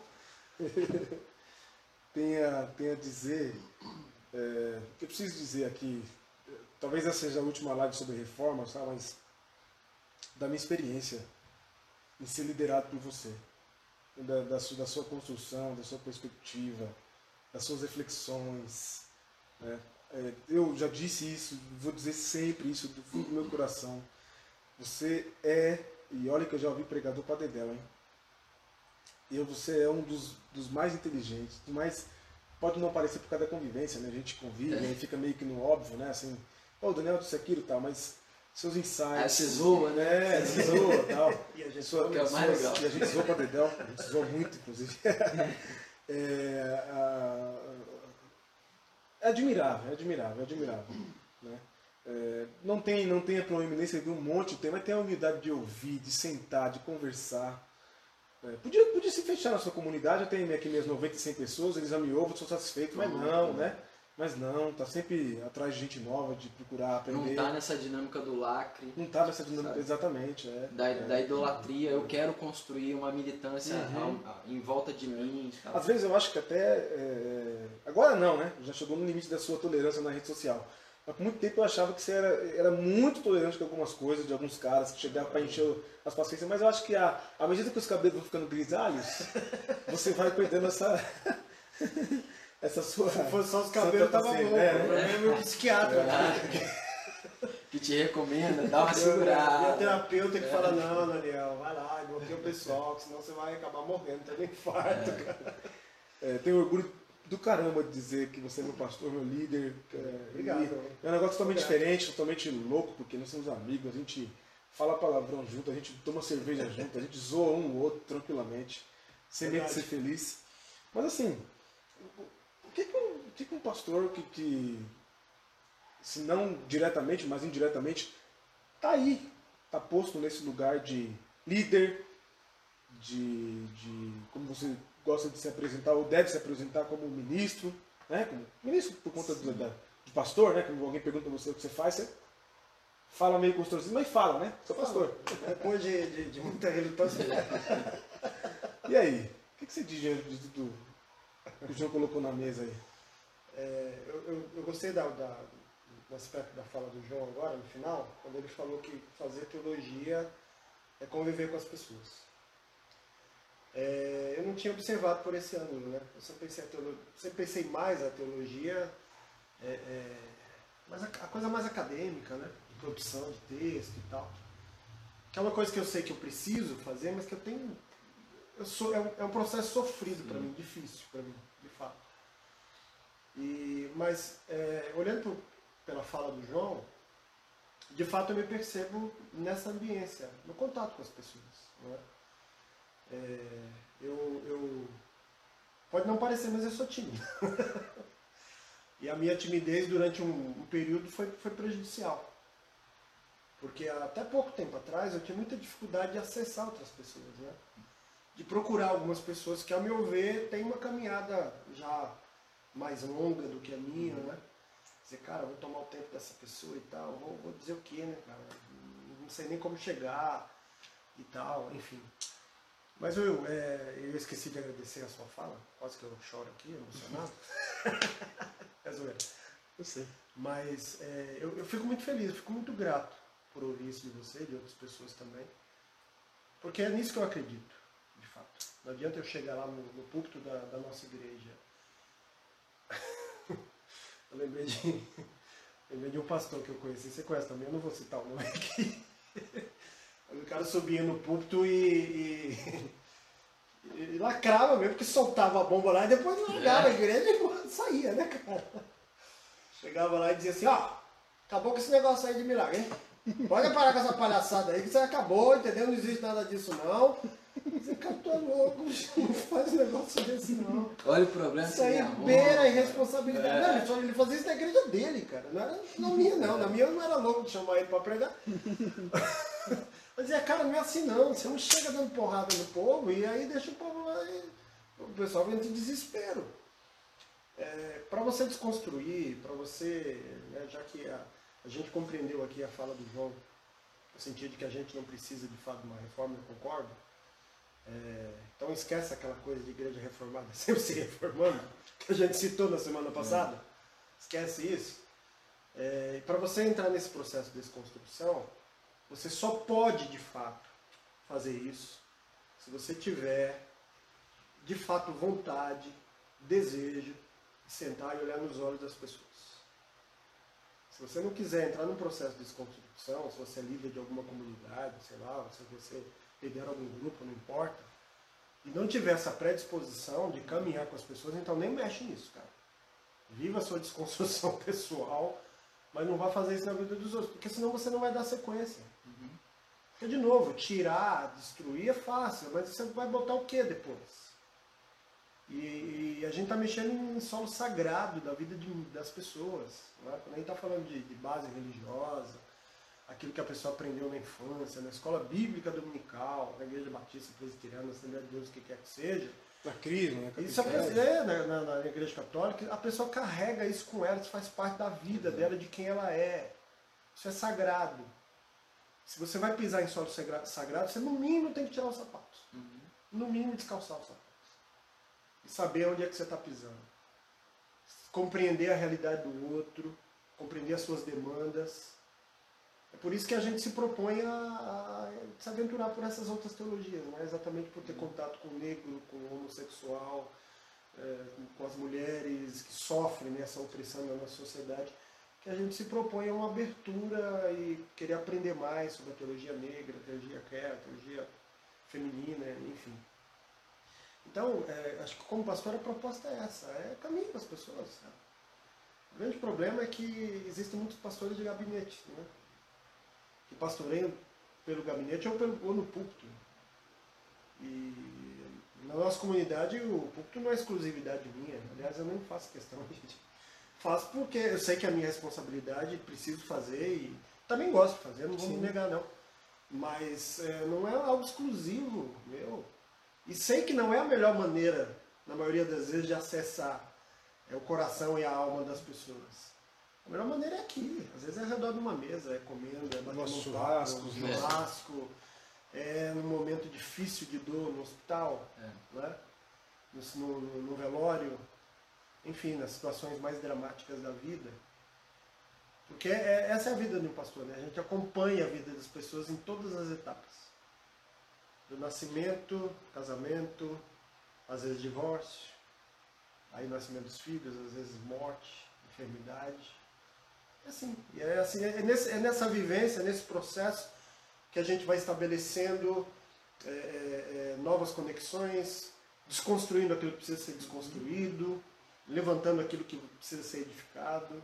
Tem a dizer... eu preciso dizer aqui, talvez essa seja a última live sobre reforma, sabe? Mas da minha experiência em ser liderado por você, da sua construção, da sua perspectiva, das suas reflexões, né? Eu já disse isso, vou dizer sempre isso do fundo do meu coração. Você e olha que eu já ouvi pregador para dedéu, hein? Você é um dos mais inteligentes, dos mais... Pode não parecer por causa da convivência, né? A gente convive, aí fica meio que no óbvio, né? Assim, o Daniel disse aquilo e tal, mas seus insights... se zoa, né? Se zoa e tal. E a gente que é o mais legal. E a gente zoa pra dedéu, a gente zoa muito, inclusive. É admirável, né? Não tem a proeminência de um monte de tema, mas tem a humildade de ouvir, de sentar, de conversar. Podia se fechar na sua comunidade, eu tenho aqui minhas 90 e 100 pessoas, eles já me ouvem, estou satisfeito, mas não, né? Mas não, tá sempre atrás de gente nova, de procurar aprender. Não tá nessa dinâmica do lacre. Não tá nessa dinâmica, exatamente. Da idolatria, eu quero construir uma militância em volta de mim. Tá? Às vezes eu acho que até... agora não, né? Já chegou no limite da sua tolerância na rede social. Mas por muito tempo eu achava que você era muito tolerante com algumas coisas, de alguns caras que chegavam para encher as paciências, mas eu acho que à medida que os cabelos vão ficando grisalhos, você vai perdendo essa sua... Se fosse só os cabelos, tava bom. É meu psiquiatra. Que te recomenda, dá uma segurada. E a terapeuta que fala, não, Daniel, vai lá, bloqueia o pessoal, que senão você vai acabar morrendo, tendo infarto, cara. Tenho orgulho do caramba de dizer que você é meu pastor, meu líder. Obrigado. É um negócio totalmente diferente, totalmente louco, porque nós somos amigos, a gente fala palavrão junto, a gente toma cerveja junto, a gente zoa um ou outro tranquilamente, sem medo de ser feliz. Mas assim, o que um pastor que, se não diretamente, mas indiretamente, tá aí, tá posto nesse lugar de líder, de como você gosta de se apresentar, ou deve se apresentar como ministro, né? Como ministro por conta de pastor, né? Quando alguém pergunta a você o que você faz, você fala meio constrangedor, mas fala, né? Sou pastor. Depois de muita relutância. E aí? O que você diz diante de tudo que o João colocou na mesa aí? Eu gostei do aspecto da fala do João agora, no final, quando ele falou que fazer teologia é conviver com as pessoas. Eu não tinha observado por esse ângulo, né? Eu sempre pensei mais a teologia, mas a coisa mais acadêmica, né? De produção de texto e tal. Que é uma coisa que eu sei que eu preciso fazer, mas que eu tenho... é um processo sofrido para mim, difícil para mim, de fato. Mas, olhando pela fala do João, de fato eu me percebo nessa ambiência, no contato com as pessoas. Não é? Pode não parecer, mas eu sou tímido. E a minha timidez durante um período foi prejudicial. Porque até pouco tempo atrás eu tinha muita dificuldade de acessar outras pessoas, né? De procurar algumas pessoas que, ao meu ver, têm uma caminhada já mais longa do que a minha, né? Dizer, cara, vou tomar o tempo dessa pessoa e tal, vou dizer o quê, né, cara? Não sei nem como chegar e tal, enfim. Mas eu esqueci de agradecer a sua fala, quase que eu choro aqui, emocionado. É zoeira. Eu sei. Mas eu fico muito feliz, eu fico muito grato por ouvir isso de você e de outras pessoas também. Porque é nisso que eu acredito, de fato. Não adianta eu chegar lá no púlpito da nossa igreja. Eu lembrei de um pastor que eu conheci, você conhece também, eu não vou citar o nome aqui. O cara subia no púlpito e lacrava mesmo, porque soltava a bomba lá e depois largava a igreja e saía, né, cara? Chegava lá e dizia assim, ó, acabou com esse negócio aí de milagre, hein? Pode parar com essa palhaçada aí, que você acabou, entendeu? Não existe nada disso não. Você tá louco, não faz um negócio desse não. Olha o problema. Isso aí beira a irresponsabilidade. Não, ele fazia isso na igreja dele, cara. Não era na minha não. Na minha eu não era louco de chamar ele pra pregar. Eu dizia, cara, não é assim não. Você não chega dando porrada no povo e aí deixa o povo lá e o pessoal entra em desespero. Para você desconstruir, para você, né, já que a gente compreendeu aqui a fala do João, no sentido de que a gente não precisa de fato de uma reforma, eu concordo. Então esquece aquela coisa de igreja reformada, sempre se reformando, que a gente citou na semana passada. Esquece isso. Para você entrar nesse processo de desconstrução, você só pode de fato fazer isso se você tiver de fato vontade, desejo de sentar e olhar nos olhos das pessoas. Se você não quiser entrar num processo de desconstrução, se você é líder de alguma comunidade, sei lá, se você lidera algum grupo, não importa, e não tiver essa predisposição de caminhar com as pessoas, então nem mexe nisso, cara. Viva a sua desconstrução pessoal, mas não vá fazer isso na vida dos outros, porque senão você não vai dar sequência. Porque, de novo, tirar, destruir é fácil, mas você vai botar o que depois? E a gente está mexendo em solo sagrado da vida das pessoas. Né? Quando a gente está falando de base religiosa, aquilo que a pessoa aprendeu na infância, na escola bíblica dominical, na igreja batista, presbiteriana, na Assembleia de Deus, o que quer que seja. Na crise, né? Isso na igreja católica, a pessoa carrega isso com ela, isso faz parte da vida dela, de quem ela é. Isso é sagrado. Se você vai pisar em solo sagrado, você no mínimo tem que tirar os sapatos. No mínimo descalçar os sapatos. E saber onde é que você está pisando. Compreender a realidade do outro, compreender as suas demandas. É por isso que a gente se propõe a se aventurar por essas outras teologias, né? Exatamente por ter contato com o negro, com o homossexual, com as mulheres que sofrem essa opressão na nossa sociedade, que a gente se propõe a uma abertura e querer aprender mais sobre a teologia negra, a teologia queer, a teologia feminina, enfim. Então, acho que como pastor a proposta é essa, é caminho para as pessoas. Sabe? O grande problema é que existem muitos pastores de gabinete, né? Que pastoreiam pelo gabinete ou no púlpito. E na nossa comunidade o púlpito não é exclusividade minha. Aliás, eu nem faço questão, gente. Faço porque eu sei que é a minha responsabilidade, preciso fazer e também gosto de fazer, não vou me negar não. Mas não é algo exclusivo meu. E sei que não é a melhor maneira, na maioria das vezes, de acessar o coração e a alma das pessoas. A melhor maneira é aqui. Às vezes é ao redor de uma mesa, é comendo, é batendo um churrasco, é num momento difícil de dor no hospital, né? no velório, enfim, nas situações mais dramáticas da vida. Porque essa é a vida de um pastor, né? A gente acompanha a vida das pessoas em todas as etapas. Do nascimento, casamento, às vezes divórcio, aí nascimento dos filhos, às vezes morte, enfermidade. É assim, é nessa vivência, nesse processo que a gente vai estabelecendo novas conexões, desconstruindo aquilo que precisa ser desconstruído, levantando aquilo que precisa ser edificado.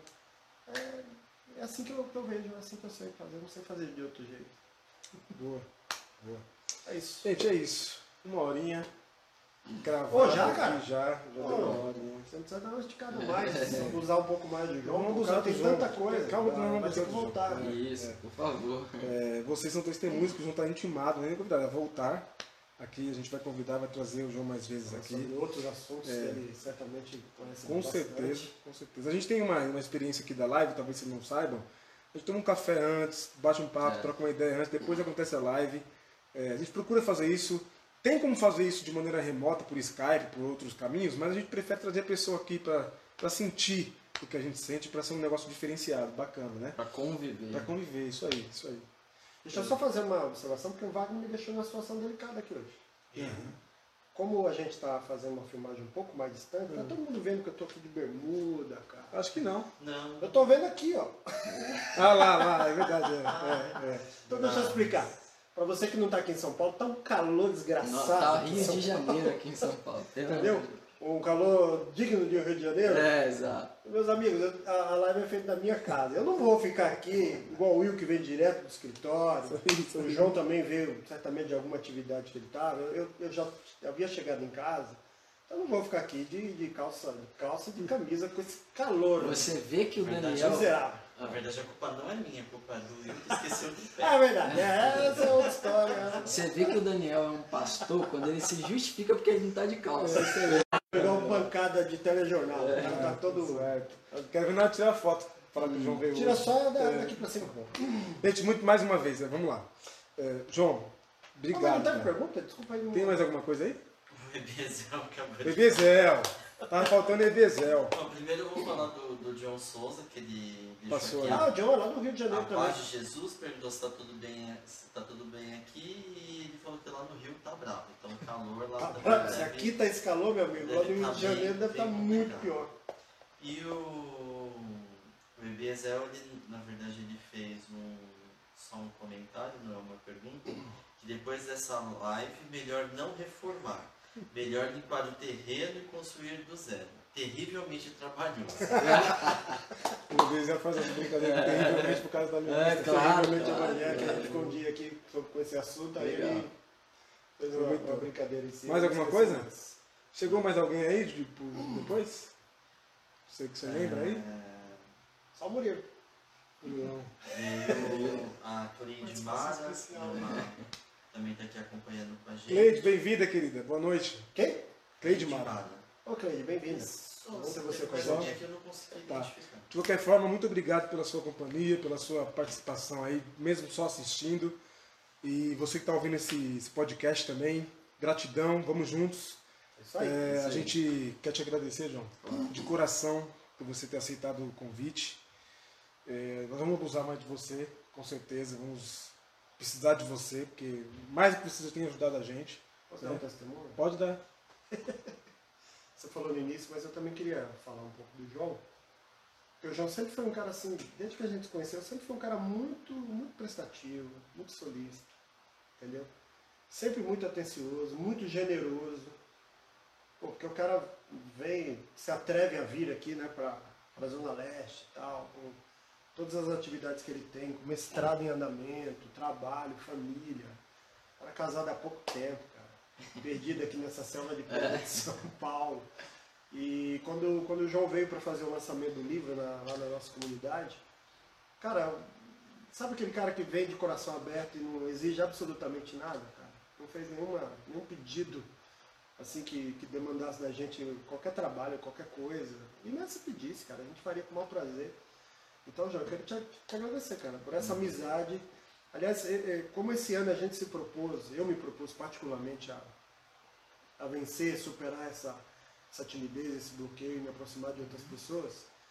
É assim que eu vejo, é assim que eu sei fazer, não sei fazer de outro jeito. Boa, boa. É isso. Gente, é isso. 1 horinha. Gravado já, cara? Já deu 1 horinha. Você não precisa dar uma esticada mais, usar um pouco mais do João. Vamos abusar do tem João. tanta coisa. Calma, não vai ter que voltar. Isso, por favor. Vocês são testemunhos que o João está intimado, nem convidado a voltar. Aqui a gente vai convidar, vai trazer o João mais vezes aqui. Sobre outros assuntos que ele certamente conhece com bastante. certeza, com certeza. A gente tem uma experiência aqui da live, talvez vocês não saibam. A gente toma um café antes, bate um papo, troca uma ideia antes, depois acontece a live. A gente procura fazer isso. Tem como fazer isso de maneira remota, por Skype, por outros caminhos, mas a gente prefere trazer a pessoa aqui para sentir o que a gente sente, para ser um negócio diferenciado, bacana, né? Para conviver. Para conviver, isso aí, isso aí. Deixa eu só fazer uma observação, porque o Wagner me deixou numa situação delicada aqui hoje. Como a gente está fazendo uma filmagem um pouco mais distante, tá todo mundo vendo que eu estou aqui de bermuda, cara. Acho que não. Não. Eu estou vendo aqui, ó. Lá, é verdade. Então deixa eu explicar. Para você que não está aqui em São Paulo, tá um calor desgraçado. Tá Rio de Janeiro aqui em São Paulo. Entendeu? Um calor digno de Rio de Janeiro. Exato. Meus amigos, a live é feita na minha casa. Eu não vou ficar aqui igual o Will que veio direto do escritório. O João também veio certamente de alguma atividade que ele estava. Eu já havia chegado em casa. Eu não vou ficar aqui de calça de camisa com esse calor. Você vê que o Verdade, Daniel... Miserável. Na verdade, a culpa não é minha, a culpa é do Will que esqueceu de pé. É verdade, essa é outra história. Você vê que o Daniel é um pastor quando ele se justifica porque ele não está de calça. Pegou uma pancada de telejornal. Tá todo certo. Quero ver nada tirar a foto. Falar que o João veio Tira hoje. só daqui pra cima. Gente, mais uma vez, vamos lá. João, obrigado. Não tem pergunta? Desculpa aí. Tem mais alguma coisa aí? O Ebezel acabou de... Ebezel. Tava faltando Ebezel. Bom, primeiro eu vou falar do John Souza, que ele Passou deixou Ah, aqui o John é lá do Rio de a Janeiro também. paz de Jesus, perguntou se tá tudo bem aqui, e ele falou que lá no Rio tá bravo, então o calor lá tá Se aqui tá esse calor, meu amigo, lá no Rio de Janeiro deve estar muito pior. E o Ebezel, ele, na verdade, ele fez só um comentário, não é uma pergunta, que depois dessa live, melhor não reformar. Melhor limpar o terreno e construir do zero. Terrivelmente trabalhoso. O Ebezel faz as brincadeiras terrivelmente por causa da minha lista. Claro. Terrivelmente amanhã, que a gente ficou um dia aqui com esse assunto, aí ele fez uma brincadeira em cima. Mais alguma coisa? Chegou mais alguém aí depois? Sei que você lembra aí? Só o Murilo. Não. Veio a Cleide Mara, também está aqui acompanhando com a gente. Cleide, bem-vinda, querida. Boa noite. Quem? Cleide Mara. Ô, Cleide, bem-vinda. Vamos ter você com a Coisa gente. que eu não consegui Tá. identificar. De qualquer forma, muito obrigado pela sua companhia, pela sua participação aí, mesmo só assistindo. E você que está ouvindo esse podcast também, gratidão, vamos juntos. Isso aí. A gente quer te agradecer, João, de coração, por você ter aceitado o convite. Nós vamos abusar mais de você, com certeza, vamos precisar de você, porque mais do que você tem ajudado a gente. Posso dar um testemunho? Pode dar. Você falou no início, mas eu também queria falar um pouco do João. Porque o João sempre foi um cara assim, desde que a gente se conheceu, sempre foi um cara muito, muito prestativo, muito solícito, entendeu? Sempre muito atencioso, muito generoso. Pô, porque o cara vem, se atreve a vir aqui, né, pra Zona Leste e tal, com todas as atividades que ele tem, com mestrado em andamento, trabalho, família. Cara casado há pouco tempo, cara. Perdido aqui nessa selva de pedra de São Paulo. E quando o João veio para fazer o lançamento do livro lá na nossa comunidade, cara, sabe aquele cara que vem de coração aberto e não exige absolutamente nada, cara? Não fez nenhum pedido assim que demandasse da gente qualquer trabalho, qualquer coisa. E não é se pedisse, cara, a gente faria com o maior prazer. Então, João, eu quero te agradecer, cara, por essa amizade. Aliás, como esse ano a gente se propôs, eu me propus particularmente a vencer, superar essa timidez, esse bloqueio e me aproximar de outras pessoas,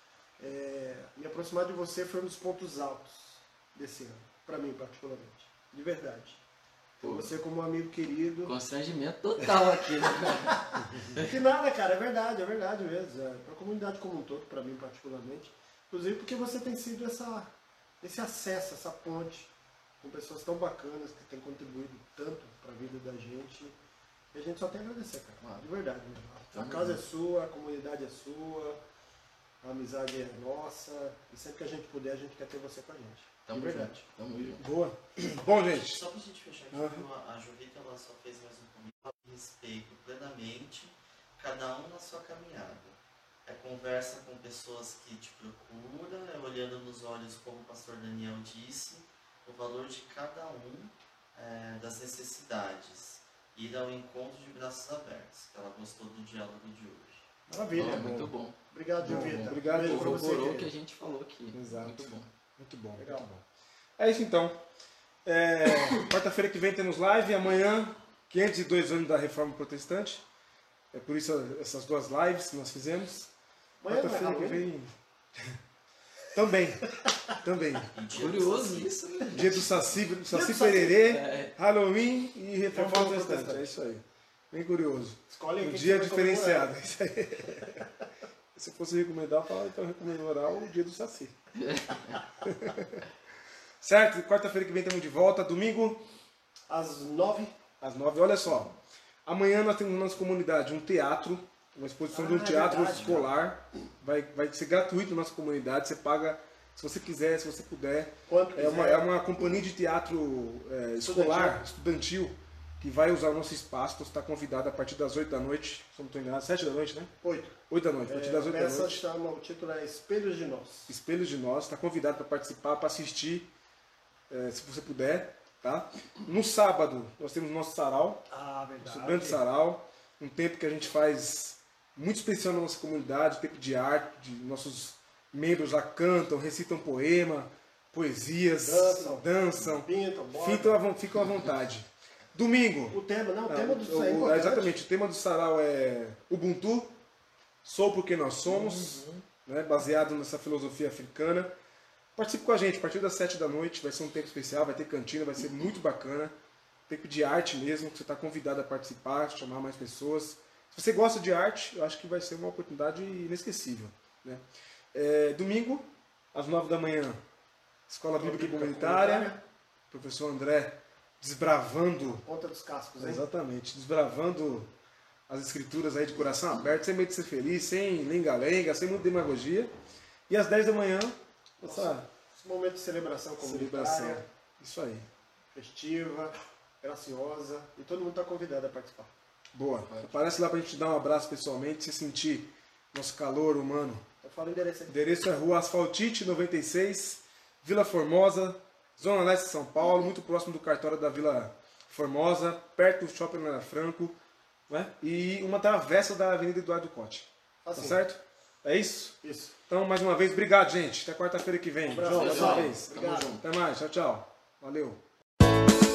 me aproximar de você foi um dos pontos altos desse ano, para mim particularmente, de verdade. Então, você como um amigo querido... Constrangimento total aqui, né? Que nada, cara, é verdade mesmo. Para a comunidade como um todo, para mim particularmente, inclusive porque você tem sido esse acesso, essa ponte com pessoas tão bacanas que têm contribuído tanto para a vida da gente. E a gente só tem a agradecer, cara, de verdade mesmo. A casa é sua, a comunidade é sua, a amizade é nossa, e sempre que a gente puder, a gente quer ter você com a gente. Tamo de verdade. Tamo junto. Boa. Bom, gente. Só pra gente fechar aqui, a Jovita ela só fez mais um comentário. Respeito plenamente cada um na sua caminhada. É conversa com pessoas que te procuram, é olhando nos olhos, como o pastor Daniel disse, o valor de cada um das necessidades. Ir ao encontro de braços abertos, que ela gostou do diálogo de hoje. Maravilha. Muito bom. Obrigado, Jovita. Obrigado por você. Corroborou o que a gente falou aqui. Exato. Muito bom. Muito bom, Legal. muito bom. É isso então. Quarta-feira que vem temos live, amanhã, 502 anos da Reforma Protestante. É por isso essas duas lives que nós fizemos. Quarta-feira que vem... Também. Curioso isso, né? Dia do Saci Pererê, Halloween e Reforma Protestante. É isso aí. Bem curioso. Escolhe Um dia diferenciado. Isso aí. Se eu fosse recomendar, eu falava, então recomendará o dia do Saci. Certo? Quarta-feira que vem estamos de volta. Domingo? Às 9. Às 9. Olha só. Amanhã nós temos na nossa comunidade um teatro. Uma exposição de um teatro escolar. Vai ser gratuito na nossa comunidade. Você paga, se você quiser, se você puder. Quanto quiser. É uma companhia de teatro escolar, estudantil, que vai usar o nosso espaço. Então você está convidado a partir das 8 da noite. Se eu não estou enganado, 7 da noite, né? 8 da noite, a partir das 8 da noite. Chama, o título é Espelhos de Nós. Espelhos de Nós. Está convidado para participar, para assistir, se você puder. Tá? No sábado, nós temos o nosso sarau. Verdade. Nosso grande sarau. Um tempo que a gente faz muito especial na nossa comunidade, tempo de arte, nossos membros lá cantam, recitam poema, poesias, dançam, ficam à vontade. Domingo. O tema do sarau é exatamente, o tema do sarau é Ubuntu, sou porque nós somos, né, baseado nessa filosofia africana. Participe com a gente, a partir das 7 da noite, vai ser um tempo especial, vai ter cantina, vai ser muito bacana. Tempo de arte mesmo, que você está convidado a participar, chamar mais pessoas. Se você gosta de arte, eu acho que vai ser uma oportunidade inesquecível. Né? Domingo, às 9 da manhã, Escola Bíblica Comunitária. Professor André desbravando... Ponta dos cascos, hein? Exatamente, desbravando as escrituras aí de coração aberto, sem medo de ser feliz, sem lenga-lenga, sem muita demagogia. E às 10 da manhã, esse momento de celebração comunitária. Isso aí. Festiva, graciosa, e todo mundo está convidado a participar. Boa. Aparece lá pra gente dar um abraço pessoalmente, se sentir nosso calor humano. Eu falo o endereço aqui. O endereço é Rua Asfaltite 96, Vila Formosa, Zona Leste de São Paulo, muito próximo do cartório da Vila Formosa, perto do Shopping Ana Franco, né? E uma travessa da Avenida Eduardo Cote. Tá certo? É isso? Isso. Então, mais uma vez, obrigado, gente. Até quarta-feira que vem. Um abraço, João, mais uma vez. Obrigado. Até mais. Tchau, tchau. Valeu.